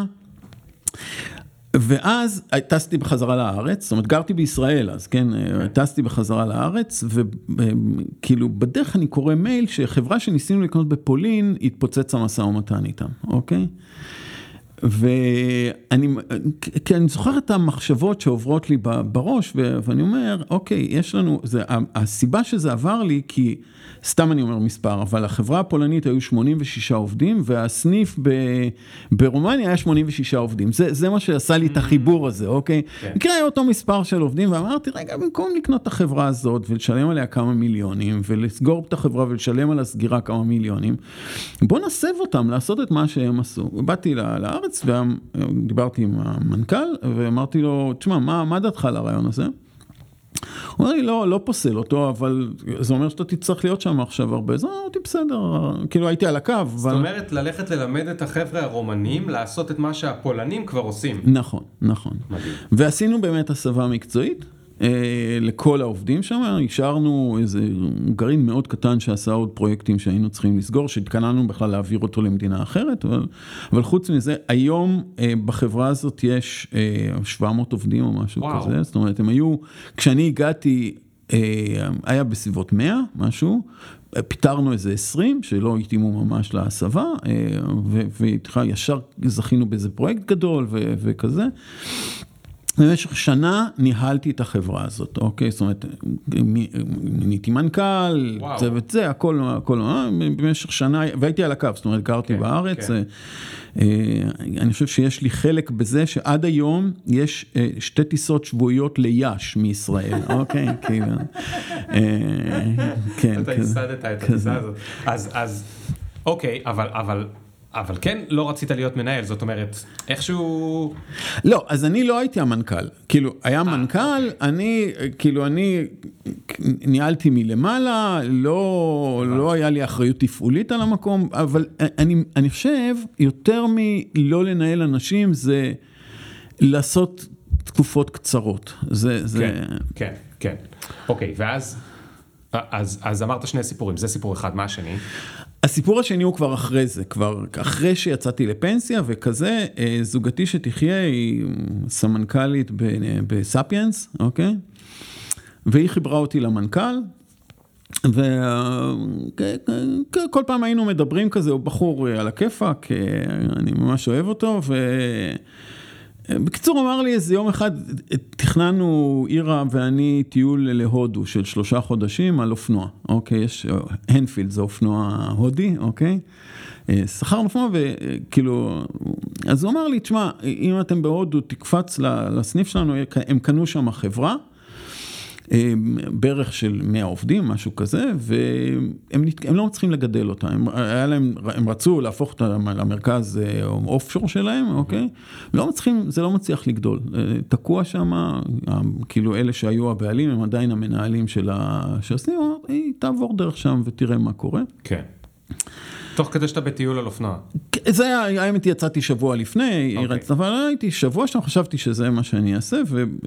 ואז טסתי בחזרה לארץ, זאת אומרת, גרתי בישראל אז, כן, טסתי בחזרה לארץ, וכאילו בדרך אני קורא מייל שחברה שניסינו לקנות בפולין, התפוצץ המשא ומתן איתם, אוקיי? ואני זוכר את המחשבות שעוברות לי בראש, ואני אומר, אוקיי, יש לנו, הסיבה שזה עבר לי, כי סתם אני אומר מספר, אבל החברה הפולנית היו 86 עובדים, והסניף ברומניה היה 86 עובדים. זה מה שעשה לי את החיבור הזה, אוקיי? מקרה היה אותו מספר של עובדים, ואמרתי, רגע, במקום לקנות את החברה הזאת, ולשלם עליה כמה מיליונים, ולסגור את החברה ולשלם על הסגירה כמה מיליונים, בוא נסב אותם, לעשות את מה שהם עשו. באתי לארץ, ודיברתי עם המנכ"ל, ואמרתי לו, תשמע, מה דעתך על הרעיון הזה? הוא אומר לי, לא פוסל אותו, אבל זה אומר שאתה תצטרך להיות שם עכשיו הרבה, זה אמרתי בסדר, כאילו הייתי על הקו. זאת אומרת, ללכת ללמד את החבר'ה הרומנים, לעשות את מה שהפולנים כבר עושים. נכון. מדהים. ועשינו באמת הסבה מקצועית, לכל העובדים שם, השארנו איזה גרעין מאוד קטן שעשה עוד פרויקטים שהיינו צריכים לסגור, שהתכננו בכלל להעביר אותו למדינה אחרת, אבל חוץ מזה, היום בחברה הזאת יש 700 עובדים או משהו כזה, זאת אומרת, הם היו, כשאני הגעתי, היה בסביבות 100, משהו, פיתרנו איזה 20, שלא התאימו ממש להסבה, וישר זכינו באיזה פרויקט גדול וכזה, במשך שנה ניהלתי את החברה הזאת, אוקיי? זאת אומרת, ניתי מנכ"ל, צוות זה, הכל, במשך שנה, והייתי על הקו, זאת אומרת, גרתי בארץ, אני חושב שיש לי חלק בזה שעד היום יש 2 טיסות שבועיות ליש מישראל, אוקיי? כאילו, כן. אתה הסדת את הטיסה הזאת. אז, אוקיי, אבל כן, לא רצית להיות מנהל, זאת אומרת, איכשהו... לא, אז אני לא הייתי המנכ"ל. כאילו, היה מנכ"ל, אני ניהלתי מלמעלה, לא היה לי אחריות תפעולית על המקום, אבל אני חושב, יותר מלא לנהל אנשים, זה לעשות תקופות קצרות. כן. אוקיי, ואז, אז אמרת 2 סיפורים, זה סיפור אחד, מה השני? הסיפור השני הוא כבר אחרי זה, כבר אחרי שיצאתי לפנסיה וכזה, זוגתי שתחיה היא סמנכ"לית בספיאנס, אוקיי? והיא חיברה אותי למנכ"ל, וכל פעם היינו מדברים כזה, הוא בחור על הכיפק, אני ממש אוהב אותו, בקיצור אמר לי איזה יום אחד, תכננו אירה ואני טיול להודו של 3 חודשים על אופנוע, אוקיי, יש, הנפילד זה אופנוע הודי, אוקיי, שכרנו אופנוע וכאילו, אז הוא אמר לי, תשמע, אם אתם בהודו תקפץ לסניף שלנו, הם קנו שם חברה, בערך של 100 עובדים, משהו כזה, והם לא צריכים לגדל אותה, הם רצו להפוך אותה למרכז אופשור שלהם, אוקיי? זה לא מצליח לגדול, תקוע שם, כאילו אלה שהיו הבעלים, הם עדיין המנהלים של הסניף, תעבור דרך שם ותראה מה קורה. כן. תוך כדי שאתה בטיול על אופנוע. זה היה, האמת יצאתי שבוע לפני, אבל הייתי שבוע שם, חשבתי שזה מה שאני אעשה,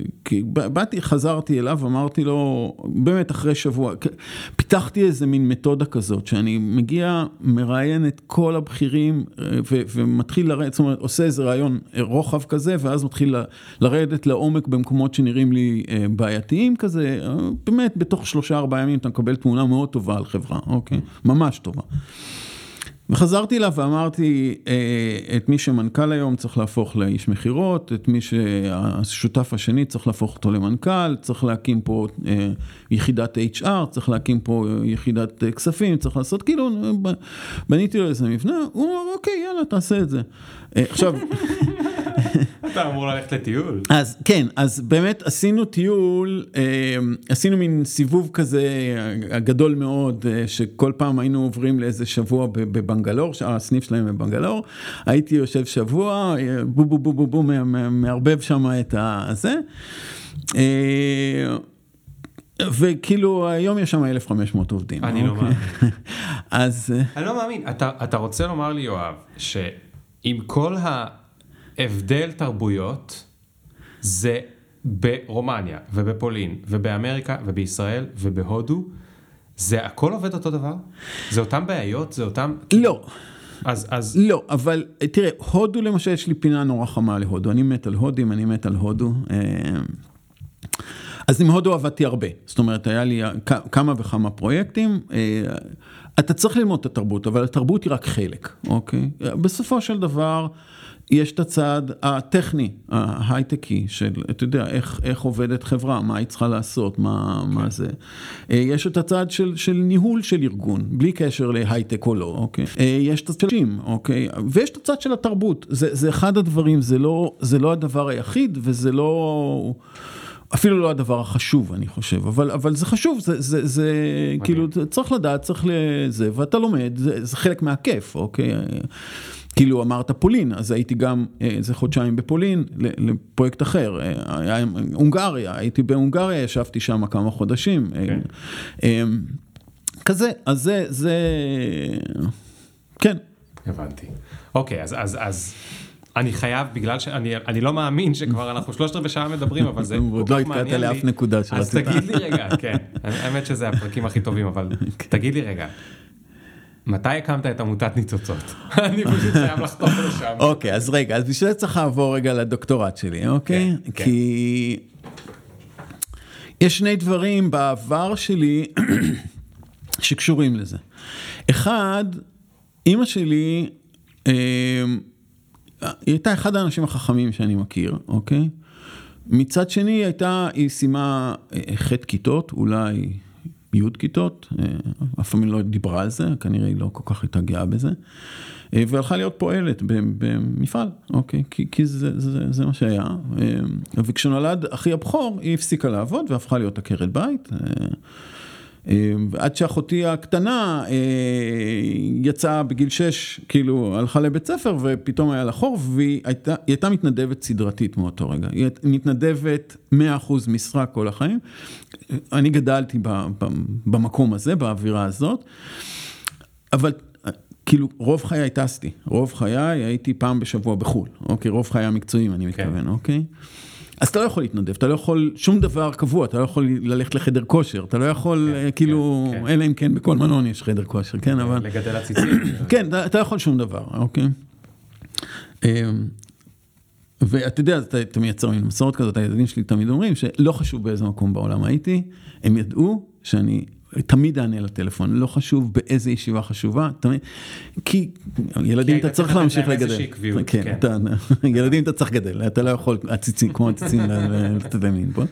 חזרתי אליו, אמרתי לו, באמת אחרי שבוע, פיתחתי איזה מין מתודה כזאת, שאני מגיע, מראיין את כל הבכירים, ומתחיל לרדת, זאת אומרת, עושה איזה רעיון רוחב כזה, ואז מתחיל לרדת לעומק במקומות שנראים לי בעייתיים כזה, באמת בתוך 3-4 ימים אתה מקבל תמונה מאוד טובה על חברה, אוקיי? ממש טובה. וחזרתי אליו ואמרתי, את מי שמנכ"ל היום צריך להפוך לאיש מחירות, את מי שהשותף השני צריך להפוך אותו למנכ"ל, צריך להקים פה יחידת HR, צריך להקים פה יחידת כספים, צריך לעשות, כאילו, בניתי לו איזה מבנה, הוא אומר, אוקיי, יאללה, תעשה את זה. עכשיו... אתה אמור ללכת לטיול. אז כן, אז באמת עשינו טיול, עשינו מין סיבוב כזה גדול מאוד, שכל פעם היינו עוברים לאיזה שבוע בבנגלור, הסניף שלהם בבנגלור, הייתי יושב שבוע, בו, מערבב שם את הזה, וכאילו היום יש שם 1,500 עובדים. אני לא מאמין. אז... אני לא מאמין. אתה רוצה לומר לי, יואב, שעם כל הבדל תרבויות, זה ברומניה ובפולין ובאמריקה ובישראל ובהודו, זה הכל עובד אותו דבר? זה אותם בעיות? זה אותם... לא. אז... לא, אבל תראה, הודו למשל, יש לי פינה נורא חמה להודו, אני מת על הודים, אני מת על הודו. אז עם הודו עבדתי הרבה, זאת אומרת, היה לי כמה וכמה פרויקטים, אתה צריך ללמוד את התרבות, אבל התרבות היא רק חלק, אוקיי? בסופו של דבר, יש את הצד הטכני, ההייטקי, של, אתה יודע, איך עובדת חברה, מה היא צריכה לעשות, מה זה. יש את הצד של ניהול של ארגון, בלי קשר להייטק או לא, אוקיי? יש את הצד של אנשים, אוקיי? ויש את הצד של התרבות. זה אחד הדברים, זה לא הדבר היחיד, וזה לא... אפילו לא הדבר החשוב, אני חושב, אבל זה חשוב, זה כאילו, צריך לדעת, צריך לזה, ואתה לומד, זה חלק מהכיף, אוקיי? כאילו אמרת פולין, אז הייתי גם איזה חודשיים בפולין, לפרויקט אחר, הונגריה, הייתי בהונגריה, ישבתי שם כמה חודשים, כזה, אז זה, כן. הבנתי. אוקיי, אז אני חייב, בגלל שאני לא מאמין שכבר אנחנו 3/4 שעה מדברים, אבל זה עוד לא התקעת לאף נקודה אז תגיד לי רגע, כן, האמת שזה הפרקים הכי טובים, אבל תגיד לי רגע, מתי הקמת את עמותת ניצוצות? אני פשוט חייב לחתוך לשם. אוקיי, אז רגע, אז בשביל זה צריך לעבור רגע לדוקטורט שלי, אוקיי? כי יש שני דברים בעבר שלי שקשורים לזה. אחד, אמא שלי, היא הייתה אחד האנשים החכמים שאני מכיר, אוקיי? מצד שני היא סיימה ח' כיתות, אולי י' כיתות, אף פעם לא דיברה על זה, כנראה היא לא כל כך הייתה גאה בזה, והלכה להיות פועלת במפעל, אוקיי? כי זה מה שהיה. וכשנולד אחי הבכור, היא הפסיקה לעבוד והפכה להיות עקרת בית, עד שאחותי הקטנה יצאה בגיל 6, כאילו הלכה לבית ספר ופתאום היה לה חור, והיא הייתה מתנדבת סדרתית מאותו רגע. היא מתנדבת 100% משרה כל החיים. אני גדלתי במקום הזה, באווירה הזאת, אבל כאילו רוב חיי טסתי, רוב חיי הייתי פעם בשבוע בחול, אוקיי? רוב חיי המקצועיים אני מתכוון, אוקיי? אז אתה לא יכול להתנדב, אתה לא יכול שום דבר קבוע, אתה לא יכול ללכת לחדר כושר, אתה לא יכול, כאילו, אלא אם כן, בכל מנון יש חדר כושר, כן, אבל... לגדל הציצים. כן, אתה לא יכול שום דבר, אוקיי? ואתה יודע, אתה מייצר מין מסורת כזאת, הילדים שלי תמיד אומרים שלא חשוב באיזה מקום בעולם הייתי, הם ידעו שאני תמיד אענה לטלפון, לא חשוב באיזה ישיבה חשובה, תמיד, כי ילדים אתה צריך להמשיך לגדל. כן, ילדים אתה צריך לגדל, אתה לא יכול, כמו הציצים לתדמין פה.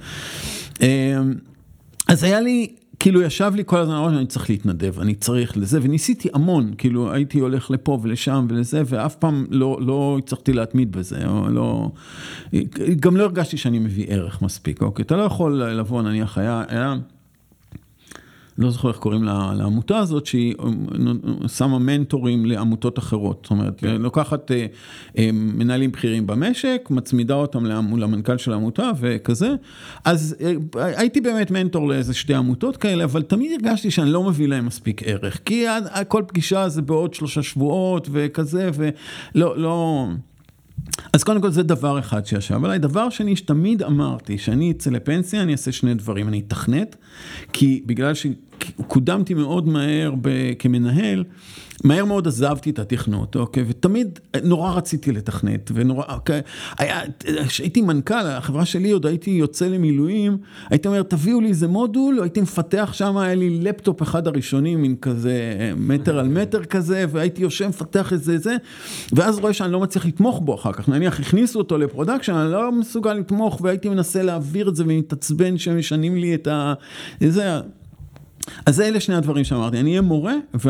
אז היה לי, כאילו ישב לי כל הזמן, אני צריך להתנדב, אני צריך לזה, וניסיתי המון, כאילו הייתי הולך לפה ולשם ולזה, ואף פעם לא הצלחתי להתמיד בזה, גם לא הרגשתי שאני מביא ערך מספיק, אוקיי, אתה לא יכול לבוא, נניח היה לא זוכר איך קוראים לעמותה הזאת, שהיא שמה מנטורים לעמותות אחרות. זאת אומרת, לוקחת מנהלים בכירים במשק, מצמידה אותם למנכ"ל של העמותה וכזה. אז הייתי באמת מנטור לאיזה 2 עמותות כאלה, אבל תמיד הרגשתי שאני לא מביא להם מספיק ערך. כי כל פגישה זה בעוד 3 שבועות וכזה, ולא... אז קודם כל זה דבר אחד שישב עליי. דבר שני שתמיד אמרתי, שאני אצא לפנסיה, אני אעשה 2 דברים. אני אתכנת, כי בגלל שקודמתי מאוד מהר כמנהל, מהר מאוד עזבתי את התכנות, אוקיי? ותמיד נורא רציתי לתכנת, ונורא, אוקיי? הייתי מנכ"ל, החברה שלי עוד הייתי יוצא למילואים, הייתי אומר, תביאו לי איזה מודול, הייתי מפתח שם, היה לי לפטופ אחד הראשונים, מין כזה, מטר על מטר כזה, והייתי יושב מפתח את זה, ואז רואה שאני לא מצליח לתמוך בו אחר כך, נניח, הכניסו אותו לפרודקשן, אני לא מסוגל לתמוך, והייתי מנסה להעביר את זה, ומתעצבן שמשנים לי את זה, אז אלה 2 הדברים שאמרתי, אני אהיה מורה,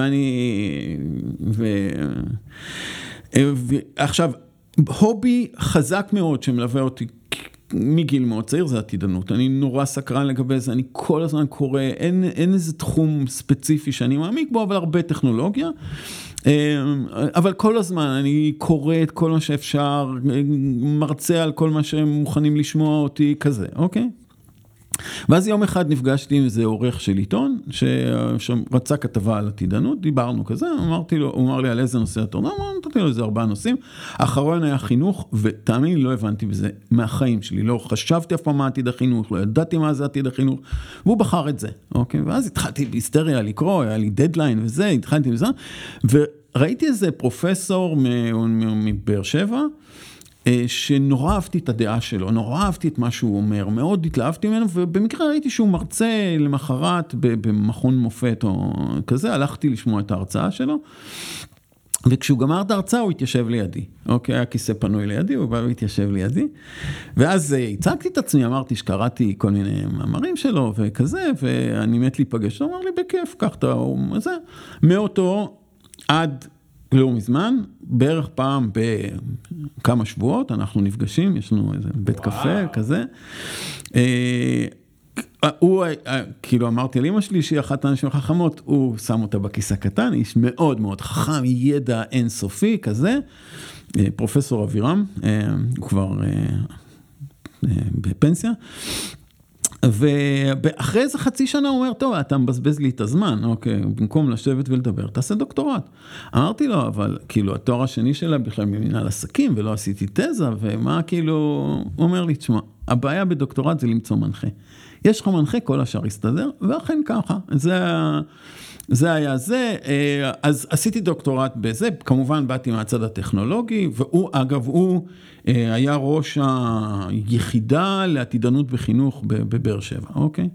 עכשיו, הובי חזק מאוד שמלווה אותי מגיל מאוד צעיר, זה עתידנות, אני נורא סקרן לגבי זה, אני כל הזמן קורא, אין איזה תחום ספציפי שאני מעמיק בו, אבל הרבה טכנולוגיה, אבל כל הזמן אני קורא את כל מה שאפשר, מרצה על כל מה שהם מוכנים לשמוע אותי, כזה, אוקיי? ואז יום אחד נפגשתי עם איזה עורך של עיתון, שרצה כתבה על עתידנות, דיברנו כזה, הוא אמר לי על איזה נושא אתה אומר, נתתי לו איזה 4 נושאים, האחרון היה חינוך, ותאמין לי לא הבנתי בזה מהחיים שלי, לא חשבתי אף פעם מה עתיד החינוך, לא ידעתי מה זה עתיד החינוך, והוא בחר את זה, אוקיי? ואז התחלתי בהיסטריה לקרוא, היה לי דדליין וזה, התחלתי בזה, וראיתי איזה פרופסור מבאר שבע, שנורא אהבתי את הדעה שלו, נורא אהבתי את מה שהוא אומר, מאוד התלהבתי ממנו, ובמקרה ראיתי שהוא מרצה למחרת במכון מופת או כזה, הלכתי לשמוע את ההרצאה שלו, וכשהוא גמר את ההרצאה, הוא התיישב לידי. אוקיי, היה כיסא פנוי לידי, הוא בא והתיישב לידי. ואז הצגתי את עצמי, אמרתי שקראתי כל מיני מאמרים שלו וכזה, ואני מת להיפגש. הוא אמר לי, בכיף, קח את זה. מאותו עד לא מזמן, בערך פעם בכמה שבועות, אנחנו נפגשים, יש לנו איזה בית קפה כזה. הוא, כאילו אמרתי על אמא שלי שהיא אחת האנשים החכמות, הוא שם אותה בכיסא קטן, איש מאוד מאוד חכם, ידע אינסופי כזה, פרופסור אבירם, הוא כבר בפנסיה, ואחרי איזה חצי שנה הוא אומר, טוב, אתה מבזבז לי את הזמן, אוקיי, במקום לשבת ולדבר, תעשה דוקטורט. אמרתי לו, אבל כאילו התואר השני שלה בכלל ממנהל עסקים, ולא עשיתי תזה, ומה כאילו, הוא אומר לי, תשמע, הבעיה בדוקטורט זה למצוא מנחה. יש לך מנחה, כל השאר יסתדר, ואכן ככה, זה היה זה, אז עשיתי דוקטורט בזה, כמובן באתי מהצד הטכנולוגי, והוא, אגב, הוא היה ראש היחידה לעתידנות בחינוך בבאר שבע, אוקיי?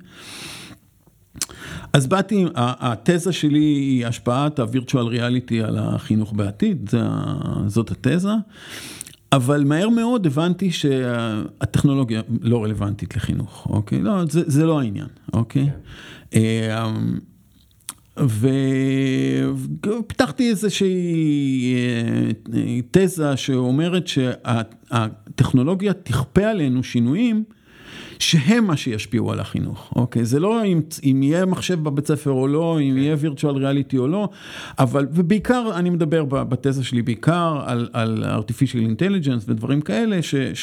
אז באתי, התזה שלי היא השפעת הווירטואל ריאליטי על החינוך בעתיד, זאת התזה, אבל מהר מאוד הבנתי שהטכנולוגיה לא רלוונטית לחינוך, אוקיי? לא, זה לא העניין, אוקיי? ופתחתי איזושהי תזה שאומרת שהטכנולוגיה תכפה עלינו שינויים שהם מה שישפיעו על החינוך, אוקיי? זה לא אם יהיה מחשב בבית ספר או לא, אם יהיה וירטואל ריאליטי או לא, אבל, ובעיקר, אני מדבר בתזה שלי בעיקר על artificial intelligence ודברים כאלה,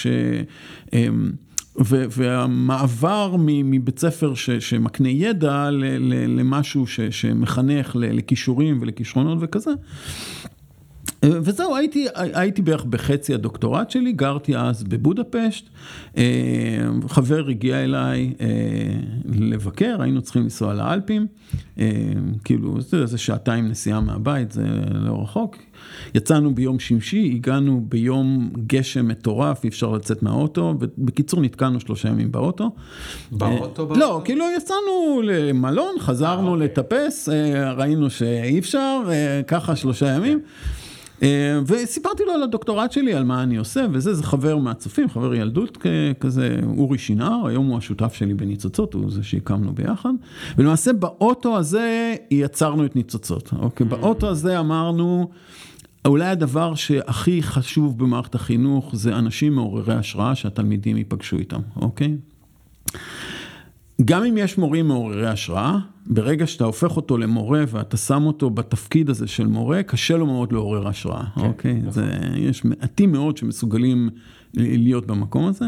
והמעבר מבית ספר שמקנה ידע למשהו שמחנך לכישורים ולכישרונות וכזה. וזהו, הייתי בערך בחצי הדוקטורט שלי, גרתי אז בבודפשט, חבר הגיע אליי לבקר, היינו צריכים לנסוע לאלפים, כאילו זה שעתיים נסיעה מהבית, זה לא רחוק, יצאנו ביום שמשי, הגענו ביום גשם מטורף, אי אפשר לצאת מהאוטו, ובקיצור נתקענו 3 ימים באוטו. באוטו? לא, כאילו יצאנו למלון, חזרנו לטפס, ראינו שאי אפשר, ככה 3 ימים. וסיפרתי לו על הדוקטורט שלי, על מה אני עושה, וזה, זה חבר מהצופים, חבר ילדות כזה, אורי שינר, היום הוא השותף שלי בניצוצות, הוא זה שהקמנו ביחד, ולמעשה באוטו הזה יצרנו את ניצוצות, אוקיי? באוטו הזה אמרנו, אולי הדבר שהכי חשוב במערכת החינוך, זה אנשים מעוררי השראה, שהתלמידים ייפגשו איתם, אוקיי? גם אם יש מורים מעוררי השראה, ברגע שאתה הופך אותו למורה, ואתה שם אותו בתפקיד הזה של מורה, קשה לו מאוד לעורר השראה, אוקיי? יש מעטים מאוד שמסוגלים להיות במקום הזה.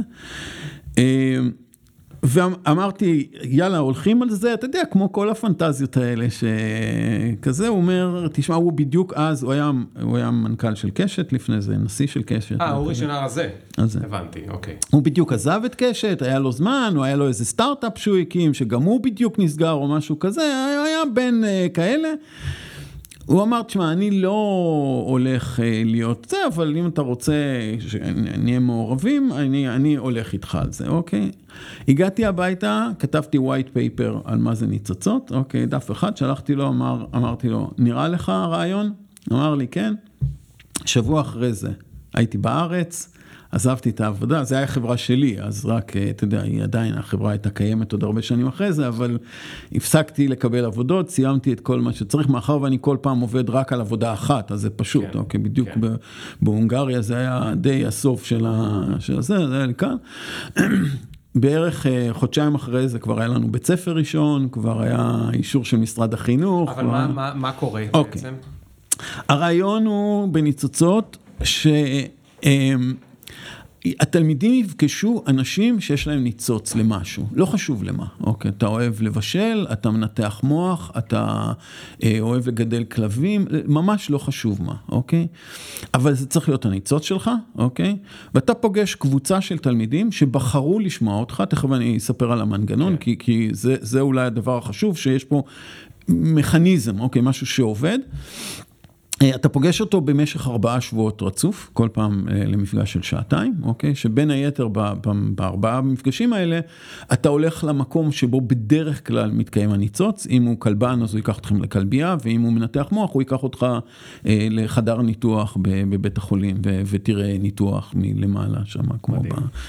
ואמרתי, יאללה, הולכים על זה, אתה יודע, כמו כל הפנטזיות האלה, שכזה הוא אומר, תשמע, הוא בדיוק אז, הוא היה מנכ"ל של קשת לפני זה, נשיא של קשת. אורי שנר הזה. הבנתי, אוקיי. הוא בדיוק עזב את קשת, היה לו זמן, הוא היה לו איזה סטארט-אפ שהוא הקים, שגם הוא בדיוק נסגר או משהו כזה, היה בין כאלה. הוא אמר, תשמע, אני לא הולך להיות זה, אבל אם אתה רוצה שנהיה מעורבים, אני הולך איתך על זה, אוקיי? הגעתי הביתה, כתבתי white paper על מה זה ניצוצות, אוקיי, דף אחד, שלחתי לו, אמרתי לו, נראה לך הרעיון? אמר לי, כן. שבוע אחרי זה, הייתי בארץ, עזבתי את העבודה, זה היה חברה שלי, אז רק, אתה יודע, עדיין החברה הייתה קיימת עוד הרבה שנים אחרי זה, אבל הפסקתי לקבל עבודות, סיימתי את כל מה שצריך, מאחר ואני כל פעם עובד רק על עבודה אחת, אז זה פשוט, כן, אוקיי, בדיוק כן. בהונגריה זה היה די הסוף של זה, זה היה לי כאן. בערך חודשיים אחרי זה כבר היה לנו בית ספר ראשון, כבר היה אישור של משרד החינוך. אבל מה קורה אוקיי. בעצם? הרעיון הוא בניצוצות התלמידים יפגשו אנשים שיש להם ניצוץ למשהו, לא חשוב למה, אוקיי? אתה אוהב לבשל, אתה מנתח מוח, אתה אוהב לגדל כלבים, ממש לא חשוב מה, אוקיי? אבל זה צריך להיות הניצוץ שלך, אוקיי? ואתה פוגש קבוצה של תלמידים שבחרו לשמוע אותך, תכף אני אספר על המנגנון, כי זה אולי הדבר החשוב, שיש פה מכניזם, אוקיי? משהו שעובד. אתה פוגש אותו במשך 4 שבועות רצוף, כל פעם למפגש של 2 שעתיים, אוקיי? שבין היתר ב4 מפגשים האלה, אתה הולך למקום שבו בדרך כלל מתקיים הניצוץ, אם הוא כלבן אז הוא ייקח אתכם לכלבייה, ואם הוא מנתח מוח הוא ייקח אותך לחדר ניתוח בבית החולים, ותראה ניתוח מלמעלה שם, כמו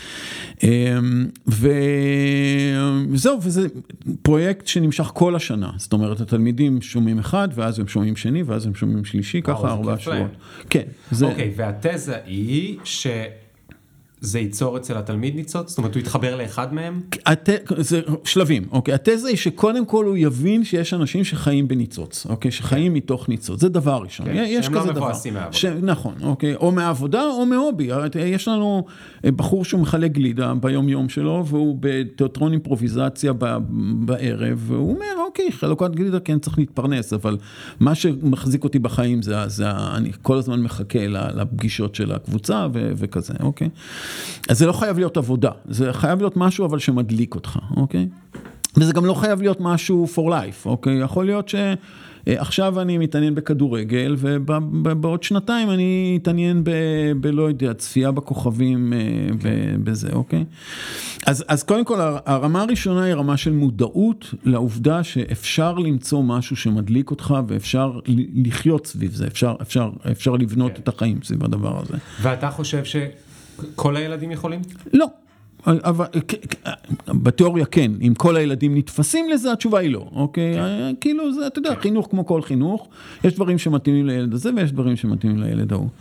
וזהו, וזה פרויקט שנמשך כל השנה, זאת אומרת, התלמידים שומעים אחד, ואז הם שומעים שני, ואז הם שומעים שלישי, ככה 4 שבועות. כן. אוקיי, והתזה היא שזה ייצור אצל התלמיד ניצוץ? זאת אומרת, הוא יתחבר לאחד מהם? זה שלבים, אוקיי. התזה היא שקודם כל הוא יבין שיש אנשים שחיים בניצוץ, אוקיי, שחיים מתוך ניצוץ. זה דבר ראשון. שהם לא מבואסים מהעבודה. נכון, אוקיי. או מהעבודה או מהובי. יש לנו בחור שהוא מחלק גלידה ביום יום שלו, והוא בתיאטרון אימפרוביזציה בערב, והוא אומר, אוקיי, חלוקת גלידה כן צריך להתפרנס, אבל מה שמחזיק אותי בחיים אני כל הזמן מחכה לפגישות של הקבוצה וכזה, אוקיי? אז זה לא חייב להיות עבודה, זה חייב להיות משהו אבל שמדליק אותך, אוקיי? וזה גם לא חייב להיות משהו for life, אוקיי? יכול להיות שעכשיו אני מתעניין בכדורגל, ובעוד 2 אני מתעניין בלא יודע, צפייה בכוכבים בזה, אוקיי? אז קודם כל, הרמה הראשונה היא רמה של מודעות לעובדה שאפשר למצוא משהו שמדליק אותך, ואפשר לחיות סביב זה, אפשר לבנות את החיים סביב הדבר הזה. ואתה חושב כל הילדים יכולים? לא, אבל בתיאוריה כן, אם כל הילדים נתפסים לזה, התשובה היא לא, אוקיי? כאילו זה, אתה יודע, חינוך כמו כל חינוך, יש דברים שמתאימים לילד הזה, ויש דברים שמתאימים לילד ההוא.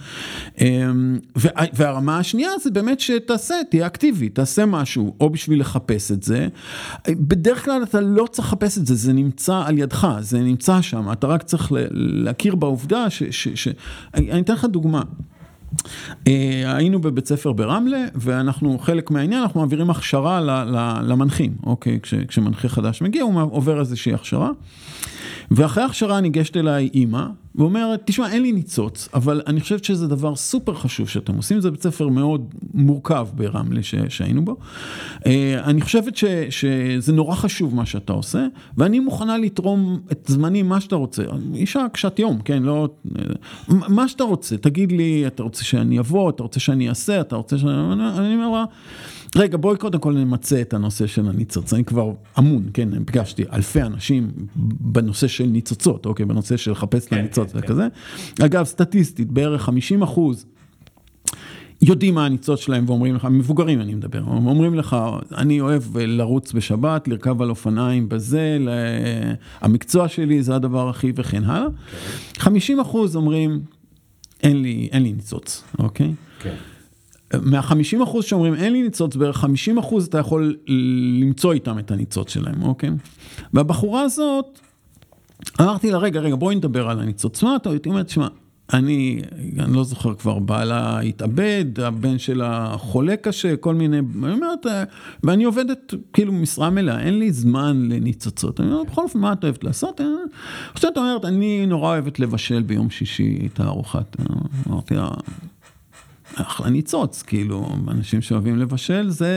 והרמה השנייה זה באמת תהיה אקטיבי, תעשה משהו, או בשביל לחפש את זה. בדרך כלל אתה לא צריך לחפש את זה, זה נמצא על ידך, זה נמצא שם, אתה רק צריך להכיר בעובדה אני אתן לך דוגמה. היינו בבית ספר ברמלה, ואנחנו חלק מהעניין, אנחנו מעבירים הכשרה למנחים, אוקיי? כשמנחה חדש מגיע, הוא עובר איזושהי הכשרה, ואחרי הכשרה ניגשת אליי אימא, ואומרת, תשמע, אין לי ניצוץ, אבל אני חושבת שזה דבר סופר חשוב שאתם עושים, זה בית ספר מאוד מורכב ברמלה שהיינו בו, אני חושבת שזה נורא חשוב מה שאתה עושה, ואני מוכנה לתרום את זמני מה שאתה רוצה, אישה קשת יום, כן, לא, מה שאתה רוצה, תגיד לי, אתה רוצה שאני אבוא, אתה רוצה שאני אעשה, אתה רוצה אני אומר לה, רגע, בואי קודם כל נמצא את הנושא של הניצוץ, אני כבר אמון, כן, פגשתי אלפי אנשים בנושא של ניצוצות, אוקיי, בנושא של לחפש לניצוץ וכזה. אגב, סטטיסטית, בערך 50% יודעים מה הניצוץ שלהם ואומרים לך, מבוגרים אני מדבר, אומרים לך, אני אוהב לרוץ בשבת, לרכב על אופניים בזה, המקצוע שלי זה הדבר הכי וכן הלאה. 50% אומרים, אין לי ניצוץ, אוקיי? כן. מה-50% שאומרים אין לי ניצוץ, בערך 50% אתה יכול למצוא איתם את הניצוץ שלהם, אוקיי? והבחורה הזאת, אמרתי לה, רגע, בואי נדבר על הניצוץ. מה אתה אומרת, שמע, אני לא זוכר כבר, בעלה התאבד, הבן שלה חולה קשה, כל מיני, אני אומרת, ואני עובדת כאילו משרה מלאה, אין לי זמן לניצוצות. אני אומרת, בכל אופן, מה את אוהבת לעשות? עכשיו אתה אומרת, אני נורא אוהבת לבשל ביום שישי את הארוחת. אמרתי לה, אחלה ניצוץ, כאילו, אנשים שאוהבים לבשל, זה...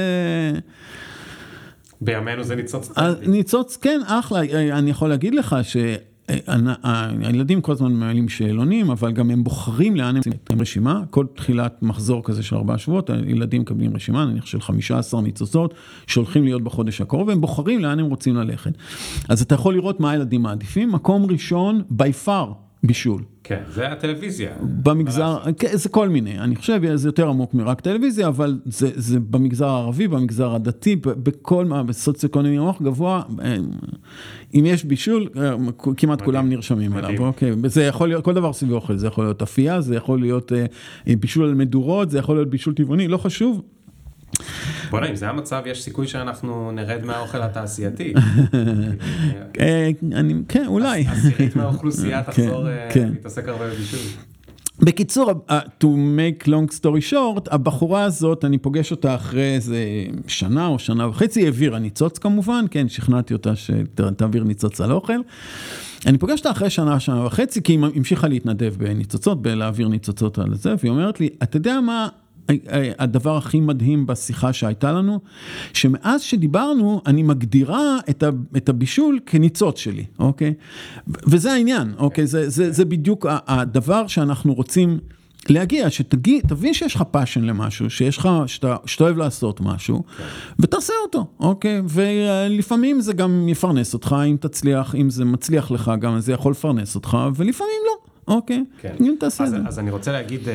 בימינו זה ניצוץ. ניצוץ, כן, אחלה. אני יכול להגיד לך שהילדים כל הזמן מעלים שאלונים, אבל גם הם בוחרים לאן הם רשימה. כל תחילת מחזור כזה של 4 שבועות, הילדים מקבלים רשימה, נניח של 15 ניצוצות, שהולכים להיות בחודש הקרוב, והם בוחרים לאן הם רוצים ללכת. אז אתה יכול לראות מה הילדים מעדיפים. מקום ראשון, by far, בישול. כן, זה הטלוויזיה. במגזר, זה כל מיני, אני חושב, זה יותר עמוק מרק טלוויזיה, אבל זה במגזר הערבי, במגזר הדתי, בכל מה, בסוציו-אקונומי המוח גבוה, אם יש בישול, כמעט כולם נרשמים אליו, אוקיי? זה יכול להיות, כל דבר סביב אוכל, זה יכול להיות אפייה, זה יכול להיות בישול על מדורות, זה יכול להיות בישול טבעוני, לא חשוב. בוא'נה, אם זה המצב, יש סיכוי שאנחנו נרד מהאוכל התעשייתי. כן, אולי. עשירית מהאוכלוסייה תחזור להתעסק הרבה בבישול. בקיצור, to make long story short, הבחורה הזאת, אני פוגש אותה אחרי איזה שנה או שנה וחצי, היא העבירה ניצוץ כמובן, כן, שכנעתי אותה שתעביר ניצוץ על אוכל. אני פוגש אותה אחרי שנה וחצי, כי היא המשיכה להתנדב בניצוצות, בלהעביר ניצוצות על זה, והיא אומרת לי, אתה יודע מה, הדבר הכי מדהים בשיחה שהייתה לנו, שמאז שדיברנו, אני מגדירה את הבישול כניצוץ שלי, אוקיי? וזה העניין, אוקיי? זה בדיוק הדבר שאנחנו רוצים להגיע, שתבין שיש לך פאשן למשהו, שאתה אוהב לעשות משהו, ותעשה אותו, אוקיי? ולפעמים זה גם יפרנס אותך, אם תצליח, אם זה מצליח לך, גם זה יכול לפרנס אותך, ולפעמים לא, אוקיי? אם תעשה את זה. אז אני רוצה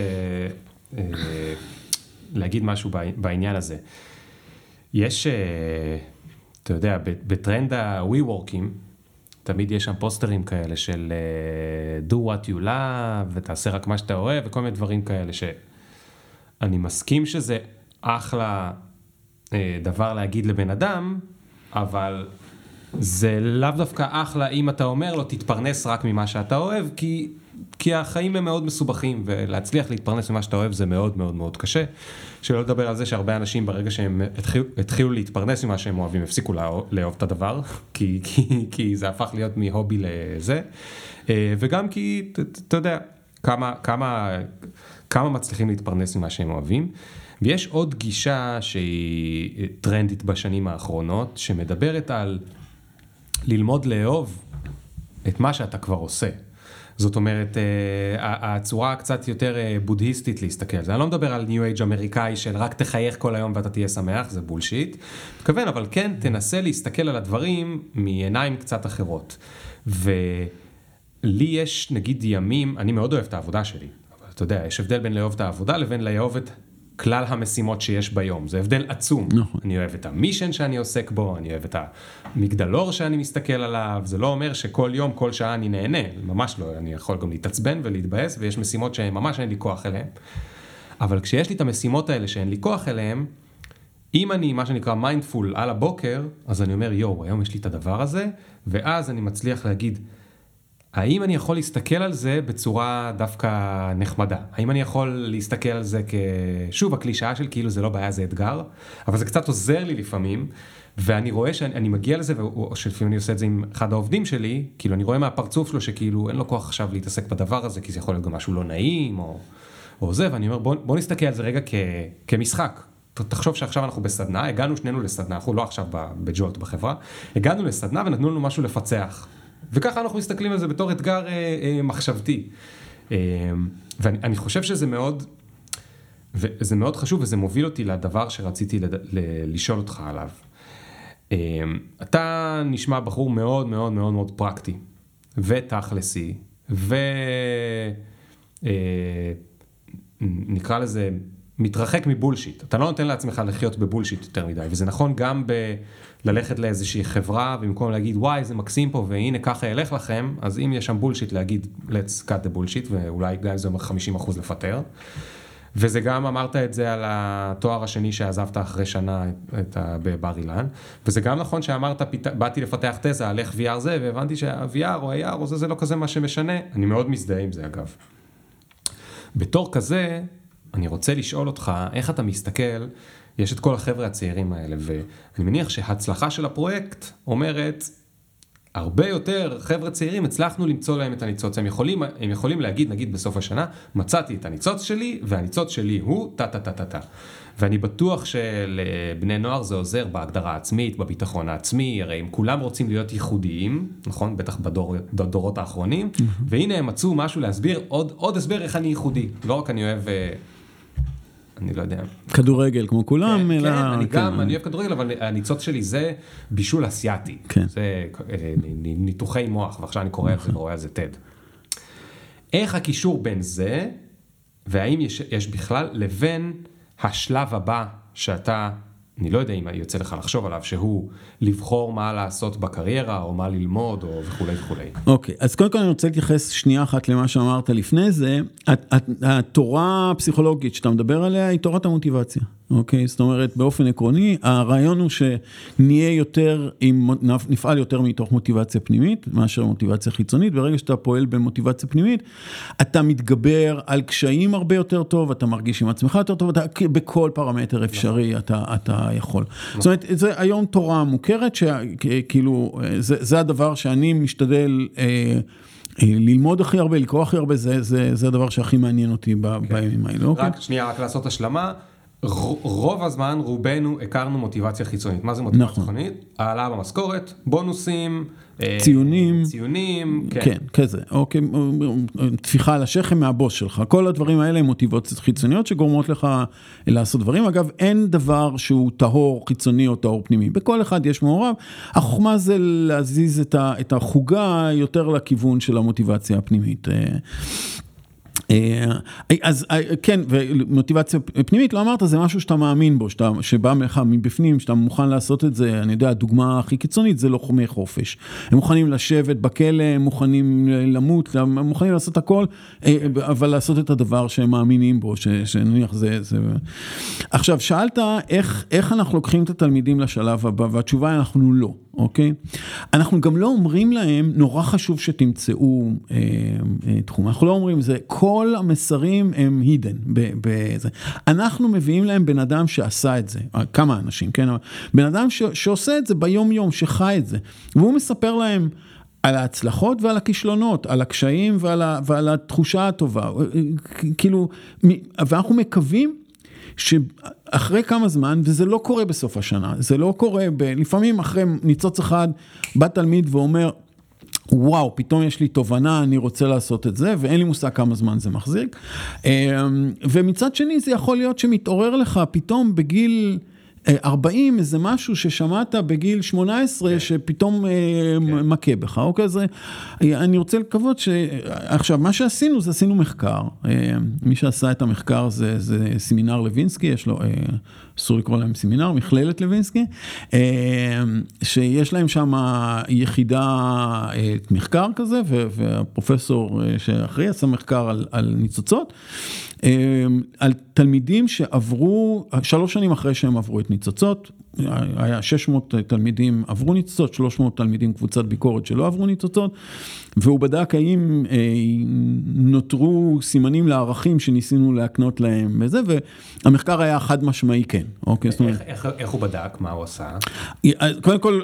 להגיד משהו בעניין הזה. יש, אתה יודע, בטרנד ה-WeWork'ים, תמיד יש שם פוסטרים כאלה של do what you love, ותעשה רק מה שאתה אוהב, וכל מיני דברים כאלה שאני מסכים שזה אחלה דבר להגיד לבן אדם, אבל זה לאו דווקא אחלה אם אתה אומר לו, תתפרנס רק ממה שאתה אוהב, כי החיים הם מאוד מסובכים, ולהצליח להתפרנס ממה שאתה אוהב זה מאוד מאוד מאוד קשה. שלא לדבר על זה שהרבה אנשים ברגע שהם התחילו להתפרנס ממה שהם אוהבים, הפסיקו לאהוב את הדבר, כי זה הפך להיות מהובי לזה, וגם כי, אתה יודע, כמה מצליחים להתפרנס ממה שהם אוהבים. ויש עוד גישה שהיא טרנדית בשנים האחרונות, שמדברת על ללמוד לאהוב את מה שאתה כבר עושה. זאת אומרת, הצורה קצת יותר בודהיסטית להסתכל. אני לא מדבר על ניו אייג' אמריקאי של רק תחייך כל היום ואתה תהיה שמח, זה בולשיט. מתכוון, אבל כן, תנסה להסתכל על הדברים מעיניים קצת אחרות. ולי יש, נגיד, ימים, אני מאוד אוהב את העבודה שלי, אבל אתה יודע, יש הבדל בין לאהוב את העבודה לבין לאהוב את כלל המשימות שיש ביום. זה הבדל עצום. נכון. אני אוהב את המישן שאני עוסק בו, אני אוהב את המגדלור שאני מסתכל עליו, זה לא אומר שכל יום, כל שעה אני נהנה, ממש לא, אני יכול גם להתעצבן ולהתבאס, ויש משימות שממש אין לי כוח אליהן. אבל כשיש לי את המשימות האלה שאין לי כוח אליהן, אם אני, מה שנקרא מיינדפול על הבוקר, אז אני אומר, יו, היום יש לי את הדבר הזה, ואז אני מצליח להגיד, האם אני יכול להסתכל על זה בצורה דווקא נחמדה? האם אני יכול להסתכל על זה שוב, הקלישאה של כאילו זה לא בעיה, זה אתגר, אבל זה קצת עוזר לי לפעמים, ואני רואה שאני מגיע לזה, או שלפעמים אני עושה את זה עם אחד העובדים שלי, כאילו אני רואה מהפרצוף שלו שכאילו אין לו כוח עכשיו להתעסק בדבר הזה, כי זה יכול להיות גם משהו לא נעים, או זה, ואני אומר בוא נסתכל על זה רגע כמשחק. תחשוב שעכשיו אנחנו בסדנה, הגענו שנינו לסדנה, אנחנו לא עכשיו בג'ולט בחברה, הגענו לסדנה ונתנו לנו משהו לפצח. וככה אנחנו מסתכלים על זה בתור אתגר מחשבתי. ואני חושב שזה מאוד חשוב, וזה מוביל אותי לדבר שרציתי לשאול אותך עליו. אתה נשמע בחור מאוד מאוד מאוד מאוד פרקטי, ותכלסי, נקרא לזה מתרחק מבולשיט. אתה לא נותן לעצמך לחיות בבולשיט יותר מדי, וזה נכון גם ללכת לאיזושהי חברה, במקום להגיד, וואי, זה מקסים פה, והנה ככה ילך לכם, אז אם יש שם בולשיט, להגיד, let's cut the bullshit, ואולי גם זה אומר 50% לפטר. וזה גם אמרת את זה על התואר השני שעזבת אחרי שנה בבר אילן, וזה גם נכון שאמרת, באתי לפתח תזה על איך VR זה, והבנתי שה-VR או ה-AR או זה לא כזה מה שמשנה. אני מאוד מזדהה עם זה אגב. בתור כזה, אני רוצה לשאול אותך, איך אתה מסתכל, יש את כל החבר'ה הצעירים האלה, ואני מניח שההצלחה של הפרויקט אומרת, הרבה יותר חבר'ה צעירים, הצלחנו למצוא להם את הניצוץ. הם יכולים להגיד, נגיד בסוף השנה, מצאתי את הניצוץ שלי, והניצוץ שלי הוא טה-טה-טה-טה. ואני בטוח שלבני נוער זה עוזר בהגדרה העצמית, בביטחון העצמי, הרי הם כולם רוצים להיות ייחודיים, נכון? בטח בדורות האחרונים, והנה הם מצאו משהו להסביר, עוד הסבר איך אני ייחודי. לא רק אני אוהב, אני לא יודע. כדורגל כמו כולם, אלא... כן, אני אוהב כדורגל, אבל הניצוץ שלי זה בישול אסיאטי. זה ניתוחי מוח, ועכשיו אני קורא על זה ורואה על זה TED. איך הקישור בין זה, והאם יש בכלל, לבין השלב הבא שאתה, אני לא יודע אם יוצא לך לחשוב עליו, שהוא לבחור מה לעשות בקריירה, או מה ללמוד, או וכולי וכולי. אוקיי, אז קודם כל אני רוצה להתייחס שנייה אחת למה שאמרת לפני זה. התורה הפסיכולוגית שאתה מדבר עליה היא תורת המוטיבציה. אוקיי, זאת אומרת, באופן עקרוני, הרעיון הוא שנהיה יותר, נפעל יותר מתוך מוטיבציה פנימית, מאשר מוטיבציה חיצונית. ברגע שאתה פועל במוטיבציה פנימית, אתה מתגבר על קשיים הרבה יותר טוב, אתה מרגיש עם עצמך יותר טוב, בכל פרמטר אפשרי אתה יכול. זאת אומרת, זה היום תורה מוכרת, שכאילו, זה הדבר שאני משתדל ללמוד הכי הרבה, לקרוא הכי הרבה, זה הדבר שהכי מעניין אותי בימים האלו. רק שנייה, רק לעשות השלמה. רוב הזמן רובנו הכרנו מוטיבציה חיצונית. מה זה מוטיבציה חיצונית? העלאה במשכורת, בונוסים, ציונים, כן, כזה, אוקיי, תפיחה על השכם מהבוס שלך, כל הדברים האלה הם מוטיבציות חיצוניות שגורמות לך לעשות דברים. אגב, אין דבר שהוא טהור חיצוני או טהור פנימי, בכל אחד יש מעורב. החוכמה זה להזיז את החוגה יותר לכיוון של המוטיבציה הפנימית. אז כן, ומוטיבציה פנימית, לא אמרת, זה משהו שאתה מאמין בו, שבא לך מבפנים, שאתה מוכן לעשות את זה. אני יודע, הדוגמה הכי קיצונית זה לוחמי חופש. הם מוכנים לשבת בכלא, הם מוכנים למות, הם מוכנים לעשות הכל, אבל לעשות את הדבר שהם מאמינים בו, שנניח זה. עכשיו, שאלת איך אנחנו לוקחים את התלמידים לשלב הבא, והתשובה היא אנחנו לא, אוקיי? אנחנו גם לא אומרים להם, נורא חשוב שתמצאו תחום. אנחנו לא אומרים, זה כל המסרים הם הידן בזה. אנחנו מביאים להם בן אדם שעשה את זה, כמה אנשים, כן? בן אדם שעושה את זה ביום יום, שחי את זה. והוא מספר להם על ההצלחות ועל הכישלונות, על הקשיים ועל התחושה הטובה. כאילו, ואנחנו מקווים שאחרי כמה זמן, וזה לא קורה בסוף השנה, זה לא קורה, לפעמים אחרי ניצוץ אחד, בא תלמיד ואומר, וואו, פתאום יש לי תובנה, אני רוצה לעשות את זה, ואין לי מושג כמה זמן זה מחזיק. ומצד שני, זה יכול להיות שמתעורר לך פתאום בגיל 40, איזה משהו ששמעת בגיל 18, שפתאום מכה בך, אוקיי? אז אני רוצה לקוות עכשיו, מה שעשינו, זה עשינו מחקר. מי שעשה את המחקר זה סמינר לוינסקי, יש לו, אסור לקרוא להם סמינר, מכללת לוינסקי, שיש להם שם יחידה מחקר כזה, והפרופסור שאחרי עשה מחקר על ניצוצות, על תלמידים שעברו, 3 שנים אחרי שהם עברו את ניצוצות, היה 600 תלמידים עברו ניצוצות, 300 תלמידים קבוצת ביקורת שלא עברו ניצוצות, והוא בדק האם נותרו סימנים לערכים שניסינו להקנות להם וזה, והמחקר היה חד משמעי כן. אוקיי, איך הוא בדק? מה הוא עשה? קודם כל,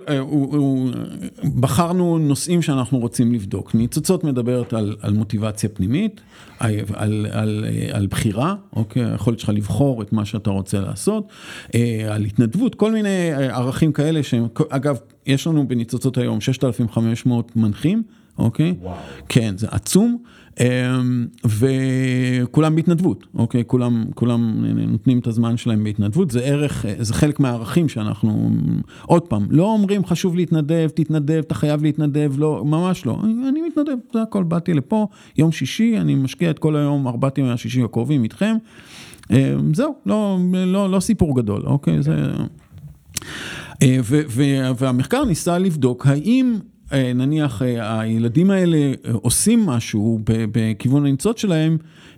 בחרנו נושאים שאנחנו רוצים לבדוק. ניצוצות מדברת על מוטיבציה פנימית, על בחירה, אוקיי, היכולת שלך לבחור את מה שאתה רוצה לעשות, על התנדבות, כל מיני ערכים כאלה שהם, אגב, יש לנו בניצוצות היום 6,500 מנחים, אוקיי? וואו. כן, זה עצום, וכולם בהתנדבות, אוקיי? כולם נותנים את הזמן שלהם בהתנדבות, זה ערך, זה חלק מהערכים שאנחנו, עוד פעם, לא אומרים חשוב להתנדב, תתנדב, אתה חייב להתנדב, לא, ממש לא, אני מתנדב, זה הכל, באתי לפה, יום שישי, אני משקיע את כל היום, 4 ימי השישי הקרובים איתכם, זהו, לא סיפור גדול, אוקיי? זה... והמחקר ניסה לבדוק האם נניח הילדים האלה עושים משהו בכיוון הניצוץ שלהם,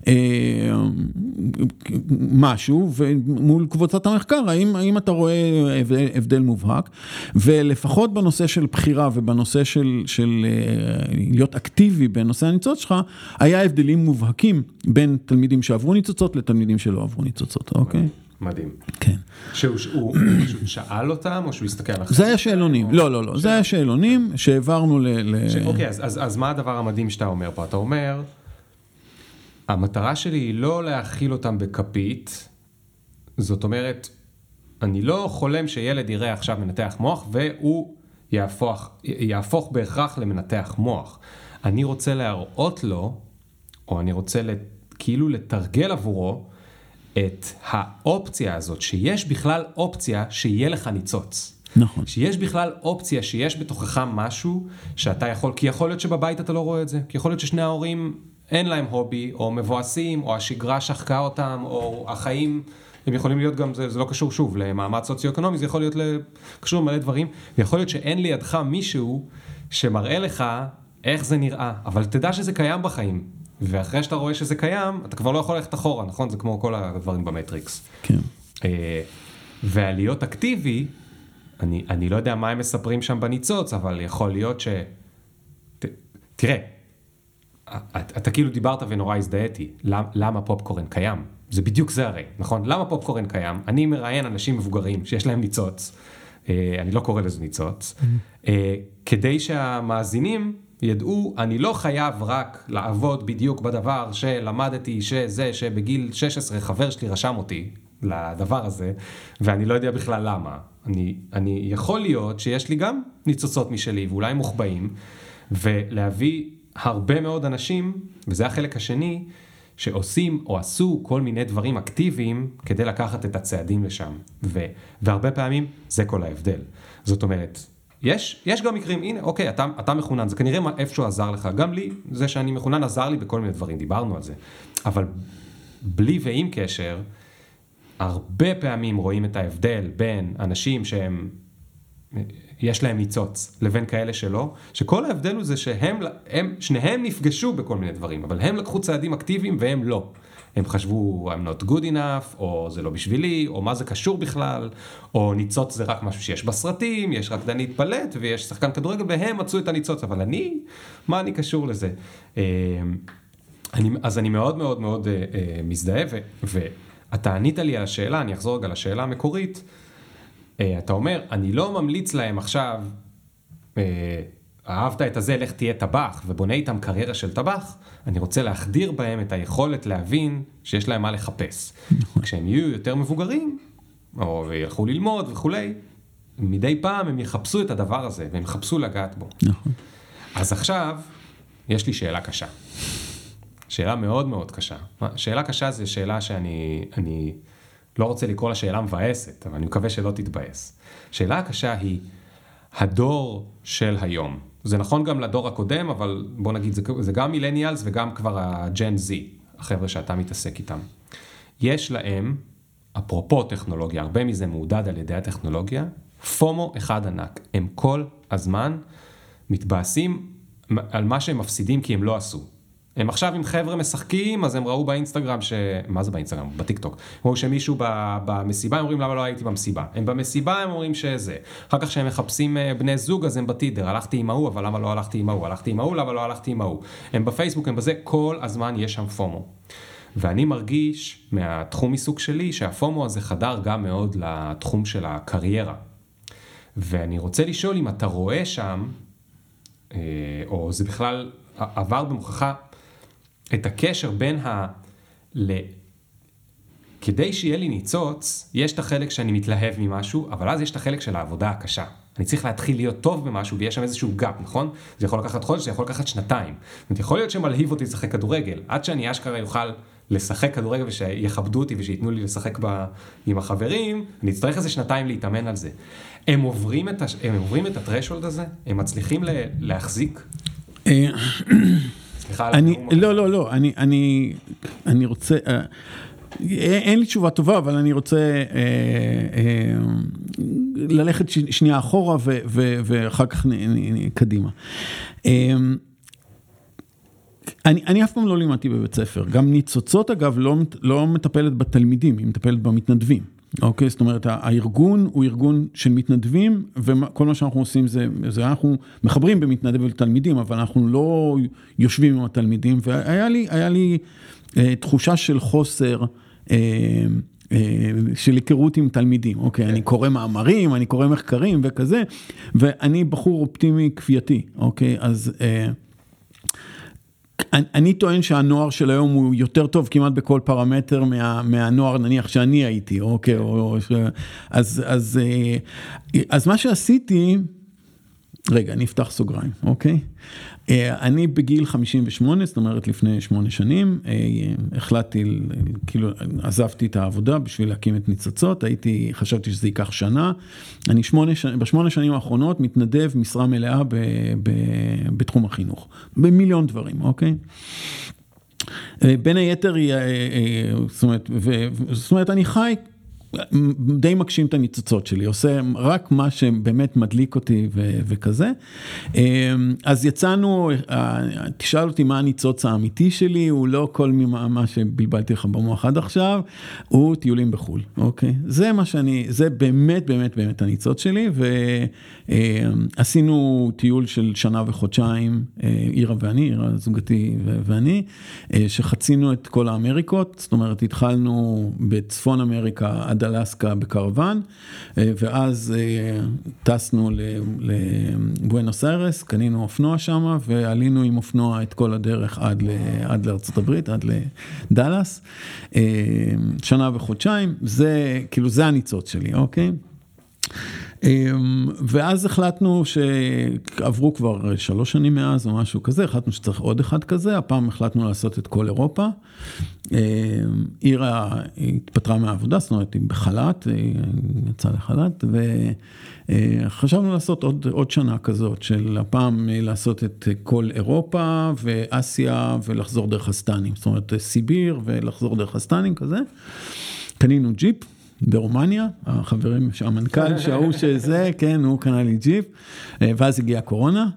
משהו, ומול קבוצת המחקר, האם אתה רואה הבדל מובהק, ולפחות בנושא של בחירה ובנושא של להיות אקטיבי בנושא הניצוץ שלך, היה הבדלים מובהקים בין תלמידים שעברו ניצוצות לתלמידים שלא עברו ניצוצות, אוקיי? מדהים. כן. שהוא שאל אותם, או שהוא הסתכל עליכם? זה היה שאלונים, לא, זה היה שאלונים שהעברנו אוקיי, אז מה הדבר המדהים שאתה אומר פה? אתה אומר, המטרה שלי היא לא להכיל אותם בכפית, זאת אומרת, אני לא חולם שילד יראה עכשיו מנתח מוח, והוא יהפוך בהכרח למנתח מוח. אני רוצה להראות לו, או אני רוצה כאילו לתרגל עבורו, את האופציה הזאת, שיש בכלל אופציה שיהיה לך ניצוץ. נכון. שיש בכלל אופציה שיש בתוכך משהו שאתה יכול, כי יכול להיות שבבית אתה לא רואה את זה, כי יכול להיות ששני ההורים אין להם הובי, או מבואסים, או השגרה שחקה אותם, או החיים, הם יכולים להיות גם, זה לא קשור שוב למעמד סוציו-אקונומי, זה יכול להיות קשור למלא דברים, ויכול להיות שאין לידך מישהו שמראה לך איך זה נראה, אבל תדע שזה קיים בחיים. ואחרי שאתה רואה שזה קיים, אתה כבר לא יכול ללכת אחורה, נכון? זה כמו כל הדברים במטריקס. כן. והלהיות אקטיבי, אני לא יודע מה הם מספרים שם בניצוץ, אבל יכול להיות תראה, אתה כאילו דיברת ונורא הזדהיתי, למה פופקורן קיים? זה בדיוק זה הרי, נכון? למה פופקורן קיים? אני מראיין אנשים מבוגרים שיש להם ניצוץ, אני לא קורא לזה ניצוץ, כדי שהמאזינים ידעו, אני לא חייב רק לעבוד בדיוק בדבר שלמדתי, שבגיל 16 חבר שלי רשם אותי לדבר הזה, ואני לא יודע בכלל למה. אני יכול להיות שיש לי גם ניצוצות משלי, ואולי מוחבאים, ולהביא הרבה מאוד אנשים, וזה החלק השני, שעושים או עשו כל מיני דברים אקטיביים, כדי לקחת את הצעדים לשם. והרבה פעמים זה כל ההבדל. זאת אומרת, יש גם מקרים, הנה, אוקיי, אתה מחונן, זה כנראה איפשהו עזר לך, גם לי, זה שאני מחונן עזר לי בכל מיני דברים, דיברנו על זה. אבל בלי ועם קשר, הרבה פעמים רואים את ההבדל בין אנשים שהם, יש להם ניצוץ, לבין כאלה שלא, שכל ההבדל הוא זה שניהם נפגשו בכל מיני דברים, אבל הם לקחו צעדים אקטיביים והם לא. הם חשבו, I'm not good enough, או זה לא בשבילי, או מה זה קשור בכלל, או ניצוץ זה רק משהו שיש בסרטים, יש רקדנית בלט, ויש שחקן כדורגל, והם מצאו את הניצוץ, אבל מה אני קשור לזה? אז אני מאוד מאוד מאוד מזדהה, ואתה ענית לי על השאלה, אני אחזור רגע לשאלה המקורית, אתה אומר, אני לא ממליץ להם עכשיו, אהבת את הזה, לך תהיה טבח, ובונה איתם קריירה של טבח, אני רוצה להחדיר בהם את היכולת להבין שיש להם מה לחפש. כשהם יהיו יותר מבוגרים, או ילכו ללמוד וכולי, מדי פעם הם יחפשו את הדבר הזה, והם יחפשו לגעת בו. נכון. אז עכשיו, יש לי שאלה קשה. שאלה מאוד מאוד קשה. שאלה קשה זה שאלה שאני לא רוצה לקרוא לה שאלה מבאסת, אבל אני מקווה שלא תתבאס. שאלה הקשה היא, הדור של היום. זה נכון גם לדור הקודם, אבל בוא נגיד, זה גם מילניאלס וגם כבר הג'ן זי, החבר'ה שאתה מתעסק איתם. יש להם, אפרופו טכנולוגיה, הרבה מזה מעודד על ידי הטכנולוגיה, פומו אחד ענק. הם כל הזמן מתבאסים על מה שהם מפסידים כי הם לא עשו. הם עכשיו עם חבר'ה משחקים, אז הם ראו באינסטגרם מה זה באינסטגרם? בטיקטוק. הם ראו שמישהו במסיבה, הם אומרים למה לא הייתי במסיבה. הם במסיבה, הם אומרים שזה. אחר כך שהם מחפשים בני זוג, אז הם בטידר. הלכתי עם ההוא, אבל למה לא הלכתי עם ההוא? הלכתי עם ההוא, למה לא הלכתי עם ההוא? הם בפייסבוק, הם בזה, כל הזמן יש שם פומו. ואני מרגיש מהתחום עיסוק שלי, שהפומו הזה חדר גם מאוד לתחום של הקריירה. ואני רוצה לשאול אם אתה רואה שם, או זה בכלל עבר במוכחה, את הקשר בין כדי שיהיה לי ניצוץ, יש את החלק שאני מתלהב ממשהו, אבל אז יש את החלק של העבודה הקשה. אני צריך להתחיל להיות טוב במשהו, ויש שם איזשהו גאפ, נכון? זה יכול לקחת חודש, זה יכול לקחת שנתיים. זאת יכול להיות שמלהיב אותי לשחק כדורגל, עד שאני אשכרה יוכל לשחק כדורגל, ושיכבדו אותי, ושיתנו לי לשחק עם החברים, אני אצטרך איזה שנתיים להתאמן על זה. הם עוברים את הטרשולד הזה? הם מצליחים להחזיק? לא, אני רוצה, אין לי תשובה טובה, אבל אני רוצה ללכת שנייה אחורה ואחר כך קדימה. אני אף פעם לא לימדתי בבית ספר, גם ניצוצות אגב לא מטפלת בתלמידים, היא מטפלת במתנדבים. אוקיי, זאת אומרת, הארגון הוא ארגון של מתנדבים, וכל מה שאנחנו עושים זה אנחנו מחברים במתנדב לתלמידים, אבל אנחנו לא יושבים עם התלמידים, והיה לי תחושה של חוסר, של היכרות עם תלמידים. אוקיי, אני קורא מאמרים, אני קורא מחקרים וכזה, ואני בחור אופטימי כפייתי. אוקיי, אז אני טוען שהנוער של היום הוא יותר טוב כמעט בכל פרמטר מהנוער נניח שאני הייתי, אוקיי, אז מה שעשיתי, רגע, אני אפתח סוגריים, אוקיי? אני בגיל 58, זאת אומרת לפני 8 שנים, החלטתי, כאילו עזבתי את העבודה בשביל להקים את ניצוצות, חשבתי שזה ייקח שנה, אני ב8 שנים האחרונות מתנדב משרה מלאה בתחום החינוך, במיליון דברים, אוקיי? בין היתר, זאת אומרת, אני חי, די מקשים את הניצוצות שלי, עושה רק מה שבאמת מדליק אותי וכזה. אז יצאנו, תשאל אותי מה הניצוץ האמיתי שלי, הוא לא כל מה שבלבלתי לך במוח עד עכשיו, הוא טיולים בחול, אוקיי? זה מה זה באמת באמת באמת הניצוץ שלי, ועשינו טיול של שנה וחודשיים, עירה זוגתי ואני, שחצינו את כל האמריקות, זאת אומרת, התחלנו בצפון אמריקה עד אלסקה בקרוון, ואז טסנו לבואנוס איירס, קנינו אופנוע שם, ועלינו עם אופנוע את כל הדרך עד לארצות הברית, עד לדלס, שנה וחודשיים, זה, כאילו, זה הניצוץ שלי, אוקיי? ואז החלטנו שעברו כבר 3 שנים מאז או משהו כזה, החלטנו שצריך עוד אחד כזה, הפעם החלטנו לעשות את כל אירופה, אירה התפטרה מהעבודה, זאת אומרת היא בחל"ת, היא יצאה לחל"ת, וחשבנו לעשות עוד שנה כזאת, של הפעם לעשות את כל אירופה ואסיה ולחזור דרך הסטנים, זאת אומרת סיביר ולחזור דרך הסטנים כזה, קנינו ג'יפ, ברומניה, החברים, המנכ"ל שההוא שזה, כן, הוא קנה לי ג'יפ, ואז הגיעה קורונה,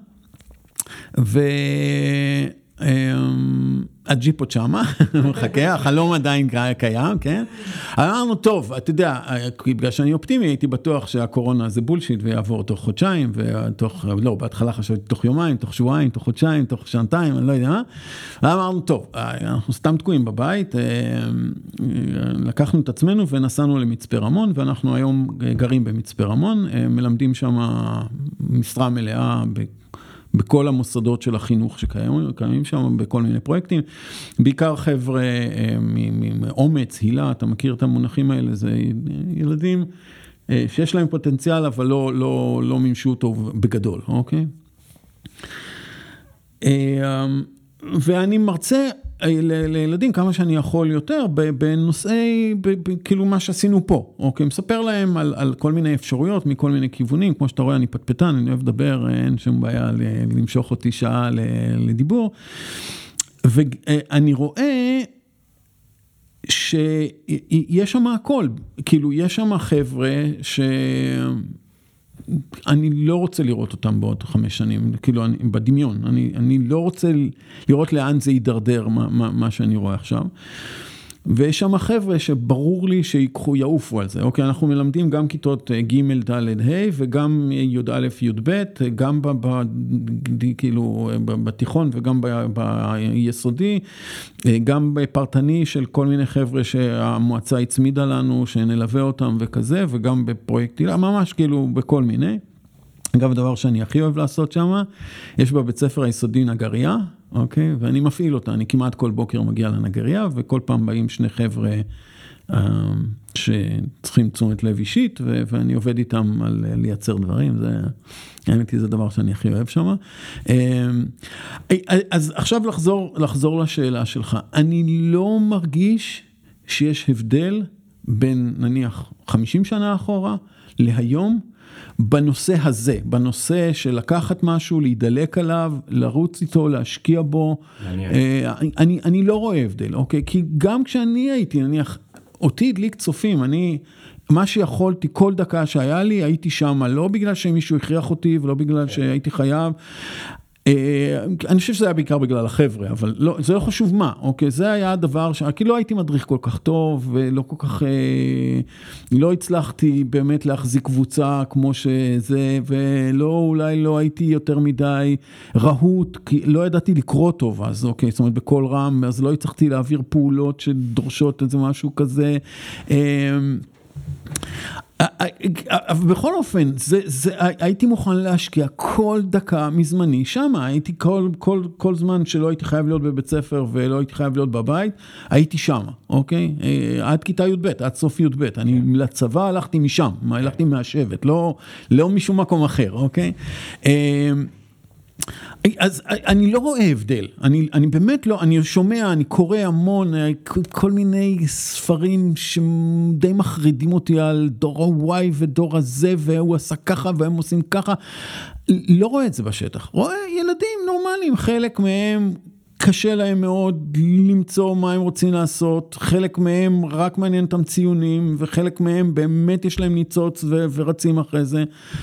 הג'יפ עוד שמה, מחכה, החלום עדיין קיים, כן? אמרנו, טוב, אתה יודע, בגלל שאני אופטימי, הייתי בטוח שהקורונה זה בולשיט, ויעבור תוך חודשיים, לא, בהתחלה חשבתי תוך יומיים, תוך שבועיים, תוך חודשיים, תוך שנתיים, אני לא יודע מה. אמרנו, טוב, אנחנו סתם תקועים בבית, לקחנו את עצמנו ונסענו למצפה רמון, ואנחנו היום גרים במצפה רמון, מלמדים שם משרה מלאה בכל המוסדות של החינוך שקיימים שם, בכל מיני פרויקטים, בעיקר חבר'ה מאומץ, הילה, אתה מכיר את המונחים האלה, זה ילדים שיש להם פוטנציאל, אבל לא מימשו אותו בגדול, אוקיי? ואני מרצה לילדים כמה שאני יכול יותר בנושאי, כאילו מה שעשינו פה, אוקיי? מספר להם על כל מיני אפשרויות, מכל מיני כיוונים, כמו שאתה רואה, אני פטפטן, אני אוהב לדבר, אין שום בעיה למשוך אותי שעה לדיבור, ואני רואה שיש שם הכל, כאילו יש שם חבר'ה אני לא רוצה לראות אותם בעוד 5 שנים, כאילו בדמיון, אני לא רוצה לראות לאן זה יידרדר מה שאני רואה עכשיו, ויש שם חבר'ה שברור לי יעופו על זה, אוקיי, אנחנו מלמדים גם כיתות ג' ד' ה' וגם י"א י"ב, גם כאילו בתיכון וגם ביסודי, גם בפרטני של כל מיני חבר'ה שהמועצה הצמידה לנו, שנלווה אותם וכזה, וגם בפרויקטי, ממש כאילו בכל מיני. אגב, הדבר שאני הכי אוהב לעשות שם, יש בבית ספר היסודי נגריה, אוקיי? ואני מפעיל אותה, אני כמעט כל בוקר מגיע לנגריה, וכל פעם באים 2 חבר'ה שצריכים תשומת לב אישית, ואני עובד איתם על לייצר דברים, האמת היא, זה דבר שאני הכי אוהב שם. אז עכשיו לחזור לשאלה שלך, אני לא מרגיש שיש הבדל בין נניח 50 שנה אחורה להיום, בנושא הזה, בנושא של לקחת משהו, להידלק עליו, לרוץ איתו, להשקיע בו, אני לא רואה הבדל, אוקיי? כי גם כשאני הייתי, נניח, אותי הדליק צופים, מה שיכולתי, כל דקה שהיה לי, הייתי שם, לא בגלל שמישהו הכריח אותי, ולא בגלל שהייתי חייב, אני חושב שזה היה בעיקר בגלל החבר'ה, אבל לא, זה לא חשוב מה, אוקיי? זה היה הדבר כי לא הייתי מדריך כל כך טוב, ולא כל כך, לא הצלחתי באמת להחזיק קבוצה כמו שזה, אולי לא הייתי יותר מדי רהוט, כי לא ידעתי לקרוא טוב, אז אוקיי, זאת אומרת, בכל רם, אז לא הצלחתי להעביר פעולות שדורשות איזה משהו כזה, אבל בכל אופן, הייתי מוכן להשקיע כל דקה מזמני שם, הייתי כל זמן שלא הייתי חייב להיות בבית ספר ולא הייתי חייב להיות בבית, הייתי שם, אוקיי? עד כיתה י"ב, עד סוף י"ב, אני לצבא הלכתי משם, הלכתי מהשבט, לא משום מקום אחר, אוקיי? אז אני לא רואה הבדל, אני באמת לא, אני שומע, אני קורא המון, כל מיני ספרים שדי מחרידים אותי על דור ה-Y ודור הזה, והוא עשה ככה והם עושים ככה, לא רואה את זה בשטח, רואה ילדים נורמליים, חלק מהם קשה להם מאוד למצוא מה הם רוצים לעשות, חלק מהם רק מעניין אותם ציונים, וחלק מהם באמת יש להם ניצוץ ורצים אחרי זה.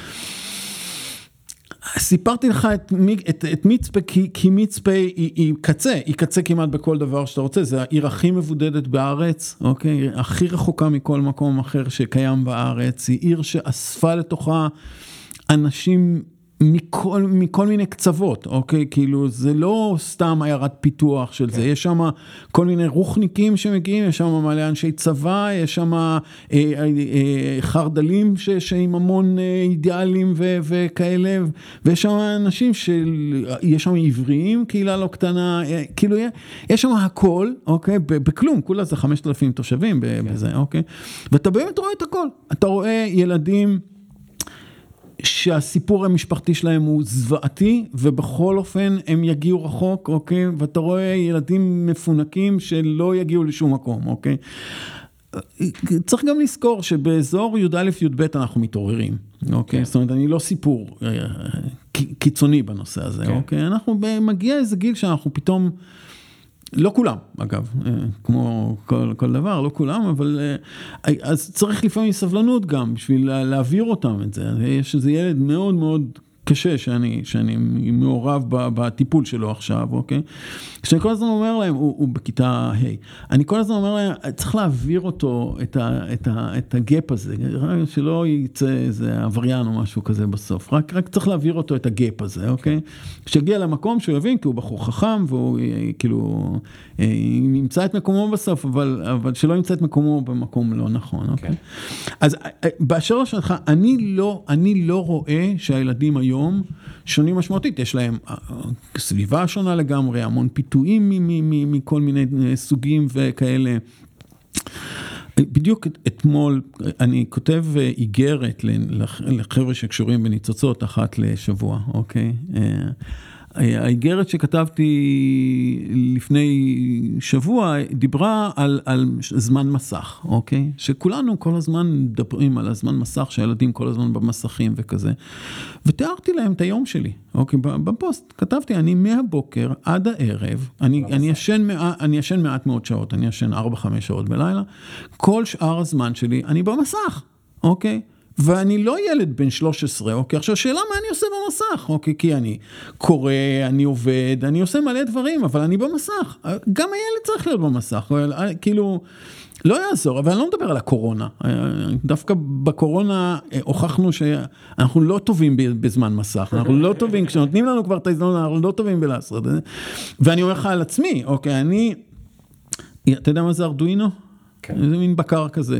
סיפרתי לך את מצפה, כי מצפה היא קצה כמעט בכל דבר שאתה רוצה, זה העיר הכי מבודדת בארץ, אוקיי? הכי רחוקה מכל מקום אחר שקיים בארץ, היא עיר שאספה לתוכה אנשים מכל מיני קצוות, אוקיי? כאילו, זה לא סתם עיירת פיתוח של זה, יש שם כל מיני רוחניקים שמגיעים, יש שם מלא אנשי צבא, יש שם חרדלים שעם המון אידיאלים וכאלה, ויש שם אנשים יש שם עבריים, קהילה לא קטנה, כאילו, יש שם הכל, אוקיי? בכלום, כולה זה 5,000 תושבים בזה, אוקיי? ואתה באמת רואה את הכל, אתה רואה ילדים, שהסיפור המשפחתי שלהם הוא זוועתי, ובכל אופן הם יגיעו רחוק, אוקיי? ואתה רואה ילדים מפונקים שלא יגיעו לשום מקום, אוקיי? צריך גם לזכור שבאזור י"א י"ב אנחנו מתעוררים, אוקיי? זאת אומרת, אני לא סיפור קיצוני בנושא הזה, אוקיי? אנחנו מגיע איזה גיל שאנחנו פתאום, לא כולם, אגב, כמו כל דבר, לא כולם, אבל אז צריך לפעמים סבלנות גם, בשביל להעביר אותם את זה. יש איזה ילד מאוד מאוד קשה שאני מעורב בטיפול שלו עכשיו, אוקיי? כשאני כל הזמן אומר להם, הוא בכיתה ה', אני כל הזמן אומר להם, צריך להעביר אותו, את הגאפ הזה, שלא יצא איזה עבריין או משהו כזה בסוף, רק צריך להעביר אותו את הגאפ הזה, אוקיי? כשהגיע למקום שהוא יבין, כי הוא בחור חכם, והוא כאילו נמצא את מקומו בסוף, אבל שלא ימצא את מקומו במקום לא נכון, אוקיי? אז באשר לשאלתך, אני לא רואה שהילדים היום שונים משמעותית, יש להם סביבה שונה לגמרי, המון פיתויים מכל מיני סוגים וכאלה. בדיוק אתמול אני כותב איגרת לחבר'ה שקשורים בניצוצות אחת לשבוע, אוקיי? האיגרת שכתבתי לפני שבוע דיברה על זמן מסך, אוקיי? שכולנו כל הזמן מדברים על הזמן מסך, שהילדים כל הזמן במסכים וכזה. ותיארתי להם את היום שלי, אוקיי? בפוסט כתבתי, אני מהבוקר עד הערב, אני ישן מעט מאוד שעות, אני ישן 4-5 שעות בלילה, כל שאר הזמן שלי אני במסך, אוקיי? ואני לא ילד בן 13, אוקיי? עכשיו, שאלה מה אני עושה במסך, אוקיי? כי אני קורא, אני עובד, אני עושה מלא דברים, אבל אני במסך. גם הילד צריך להיות במסך, כאילו, לא יעזור, אבל אני לא מדבר על הקורונה. דווקא בקורונה הוכחנו שאנחנו לא טובים בזמן מסך, אנחנו לא טובים, כשנותנים לנו כבר את ההזדמנות, אנחנו לא טובים בלעשות. ואני אומר לך על עצמי, אוקיי, אתה יודע מה זה ארדואינו? זה מין בקר כזה,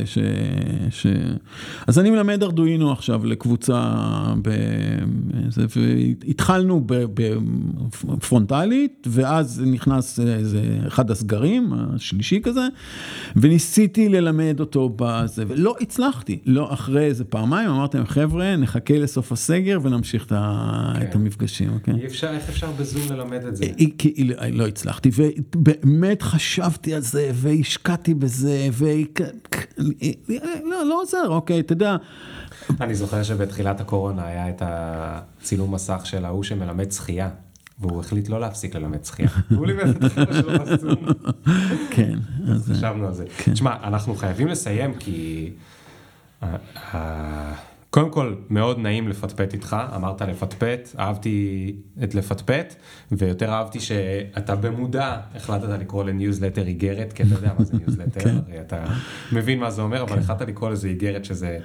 אז אני מלמד ארדואינו עכשיו לקבוצה, התחלנו בפרונטלית, ואז נכנס אחד הסגרים, השלישי כזה, וניסיתי ללמד אותו בזה, ולא הצלחתי, לא אחרי איזה פעמיים, אמרתם, חבר'ה, נחכה לסוף הסגר, ונמשיך את המפגשים, אוקיי? איך אפשר בזום ללמד את זה? לא הצלחתי, ובאמת חשבתי על זה, והשקעתי בזה, לא עוזר, אוקיי, אתה יודע. אני זוכר שבתחילת הקורונה היה את הצילום מסך של ההוא שמלמד שחייה, והוא החליט לא להפסיק ללמד שחייה. הוא לימד את החבר'ה שלו בסום. כן. אז חשבנו על זה. תשמע, אנחנו חייבים לסיים, כי קודם כל, מאוד נעים לפטפט איתך, אמרת לפטפט, אהבתי את לפטפט, ויותר אהבתי שאתה במודע החלטת לקרוא לניוזלטר איגרת, כי אתה יודע מה זה ניוזלטר, הרי אתה מבין מה זה אומר, אבל החלטת לקרוא לזה איגרת שזה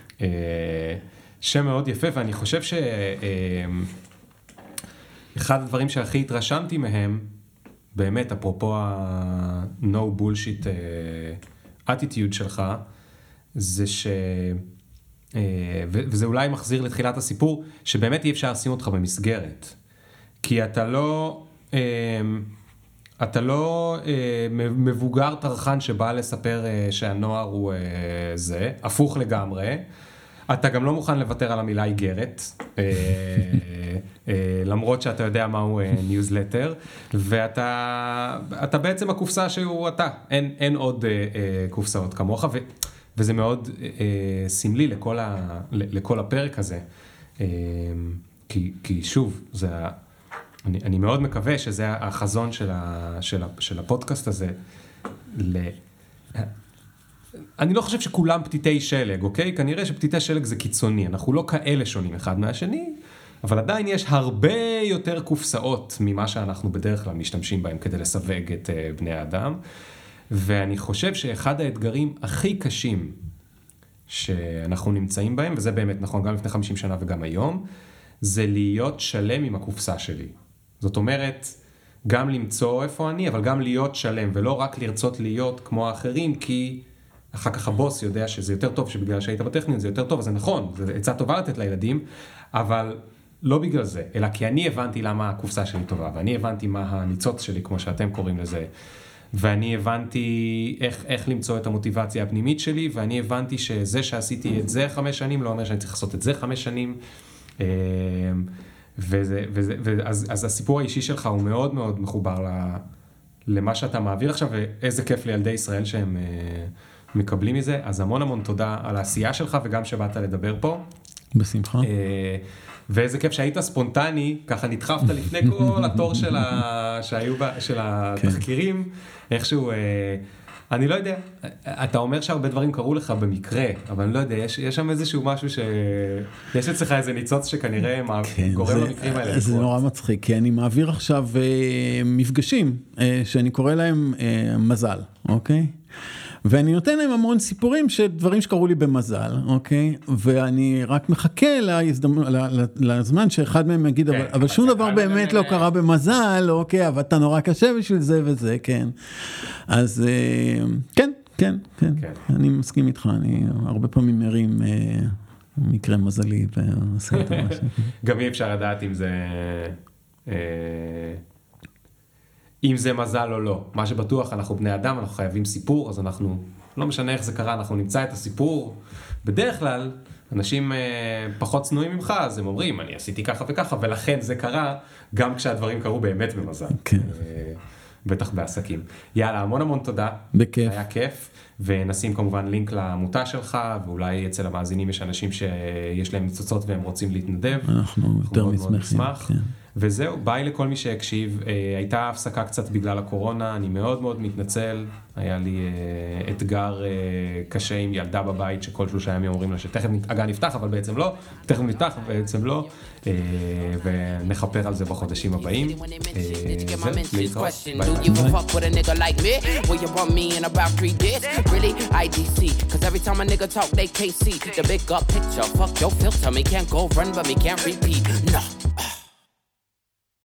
שם מאוד יפה, ואני חושב שאחד הדברים שהכי התרשמתי מהם, באמת, אפרופו ה-no bullshit attitude שלך, זה וזה אולי מחזיר לתחילת הסיפור, שבאמת אי אפשר לשים אותך במסגרת. כי אתה לא מבוגר טרחן שבא לספר שהנוער הוא זה, הפוך לגמרי. אתה גם לא מוכן לוותר על המילה איגרת, למרות שאתה יודע מהו ניוזלטר, ואתה בעצם הקופסה שהוא אתה, אין עוד קופסאות כמוך, וזה מאוד סמלי לכל הפרק הזה, כי שוב, אני מאוד מקווה שזה החזון של הפודקאסט הזה, אני לא חושב שכולם פתיתי שלג, אוקיי? כנראה שפתיתי שלג זה קיצוני, אנחנו לא כאלה שונים אחד מהשני, אבל עדיין יש הרבה יותר קופסאות ממה שאנחנו בדרך כלל משתמשים בהם כדי לסווג את בני האדם, ואני חושב שאחד האתגרים הכי קשים שאנחנו נמצאים בהם, וזה באמת נכון גם לפני 50 שנה וגם היום, זה להיות שלם עם הקופסה שלי. זאת אומרת, גם למצוא איפה אני, אבל גם להיות שלם, ולא רק לרצות להיות כמו האחרים, כי אחר כך הבוס יודע שזה יותר טוב, שבגלל שהיית בטכניון זה יותר טוב, אז זה נכון, זה עצה טובה לתת לילדים, אבל לא בגלל זה, אלא כי אני הבנתי למה הקופסה שלי טובה, ואני הבנתי מה הניצוץ שלי, כמו שאתם קוראים לזה, ואני הבנתי איך למצוא את המוטיבציה הפנימית שלי, ואני הבנתי שזה שעשיתי את זה 5 שנים, לא אומר שאני צריך לעשות את זה 5 שנים, אז הסיפור האישי שלך הוא מאוד מאוד מחובר למה שאתה מעביר עכשיו, ואיזה כיף לילדי ישראל שהם מקבלים מזה, אז המון המון תודה על העשייה שלך, וגם שבאת לדבר פה. בשמחה. ואיזה כיף שהיית ספונטני, ככה נדחפת לפני כל התור של התחקירים, איכשהו, אני לא יודע, אתה אומר שהרבה דברים קרו לך במקרה, אבל אני לא יודע, יש שם איזשהו משהו יש אצלך איזה ניצוץ שכנראה גורם למקרים האלה לקרות. זה נורא מצחיק, כי אני מעביר עכשיו מפגשים, שאני קורא להם מזל, אוקיי? ואני נותן להם המון סיפורים שדברים שקרו לי במזל, אוקיי? ואני רק מחכה לזמן שאחד מהם יגיד, אבל שום דבר באמת לא קרה במזל, אוקיי? אבל אתה נורא קשה בשביל זה וזה, כן. אז כן. אני מסכים איתך, אני הרבה פעמים מרים מקרה מזלי ועושה את המשהו. גם אי אפשר לדעת אם זה מזל או לא. מה שבטוח, אנחנו בני אדם, אנחנו חייבים סיפור, אז אנחנו, לא משנה איך זה קרה, אנחנו נמצא את הסיפור. בדרך כלל, אנשים פחות צנועים ממך, אז הם אומרים, אני עשיתי ככה וככה, ולכן זה קרה, גם כשהדברים קרו באמת במזל. כן. בטח בעסקים. יאללה, המון המון תודה. בכיף. היה כיף, ונשים כמובן לינק לעמותה שלך, ואולי אצל המאזינים יש אנשים שיש להם ניצוצות והם רוצים להתנדב. אנחנו יותר נשמח. כן. וזהו, ביי לכל מי שהקשיב. הייתה הפסקה קצת בגלל הקורונה, אני מאוד מאוד מתנצל. היה לי אתגר קשה עם ילדה בבית, שכל 3 ימים אומרים לה שתכף הגן נפתח, אבל בעצם לא. תכף נפתח, בעצם לא. ונחפר על זה בחודשים הבאים. זהו, להתראות. ביי.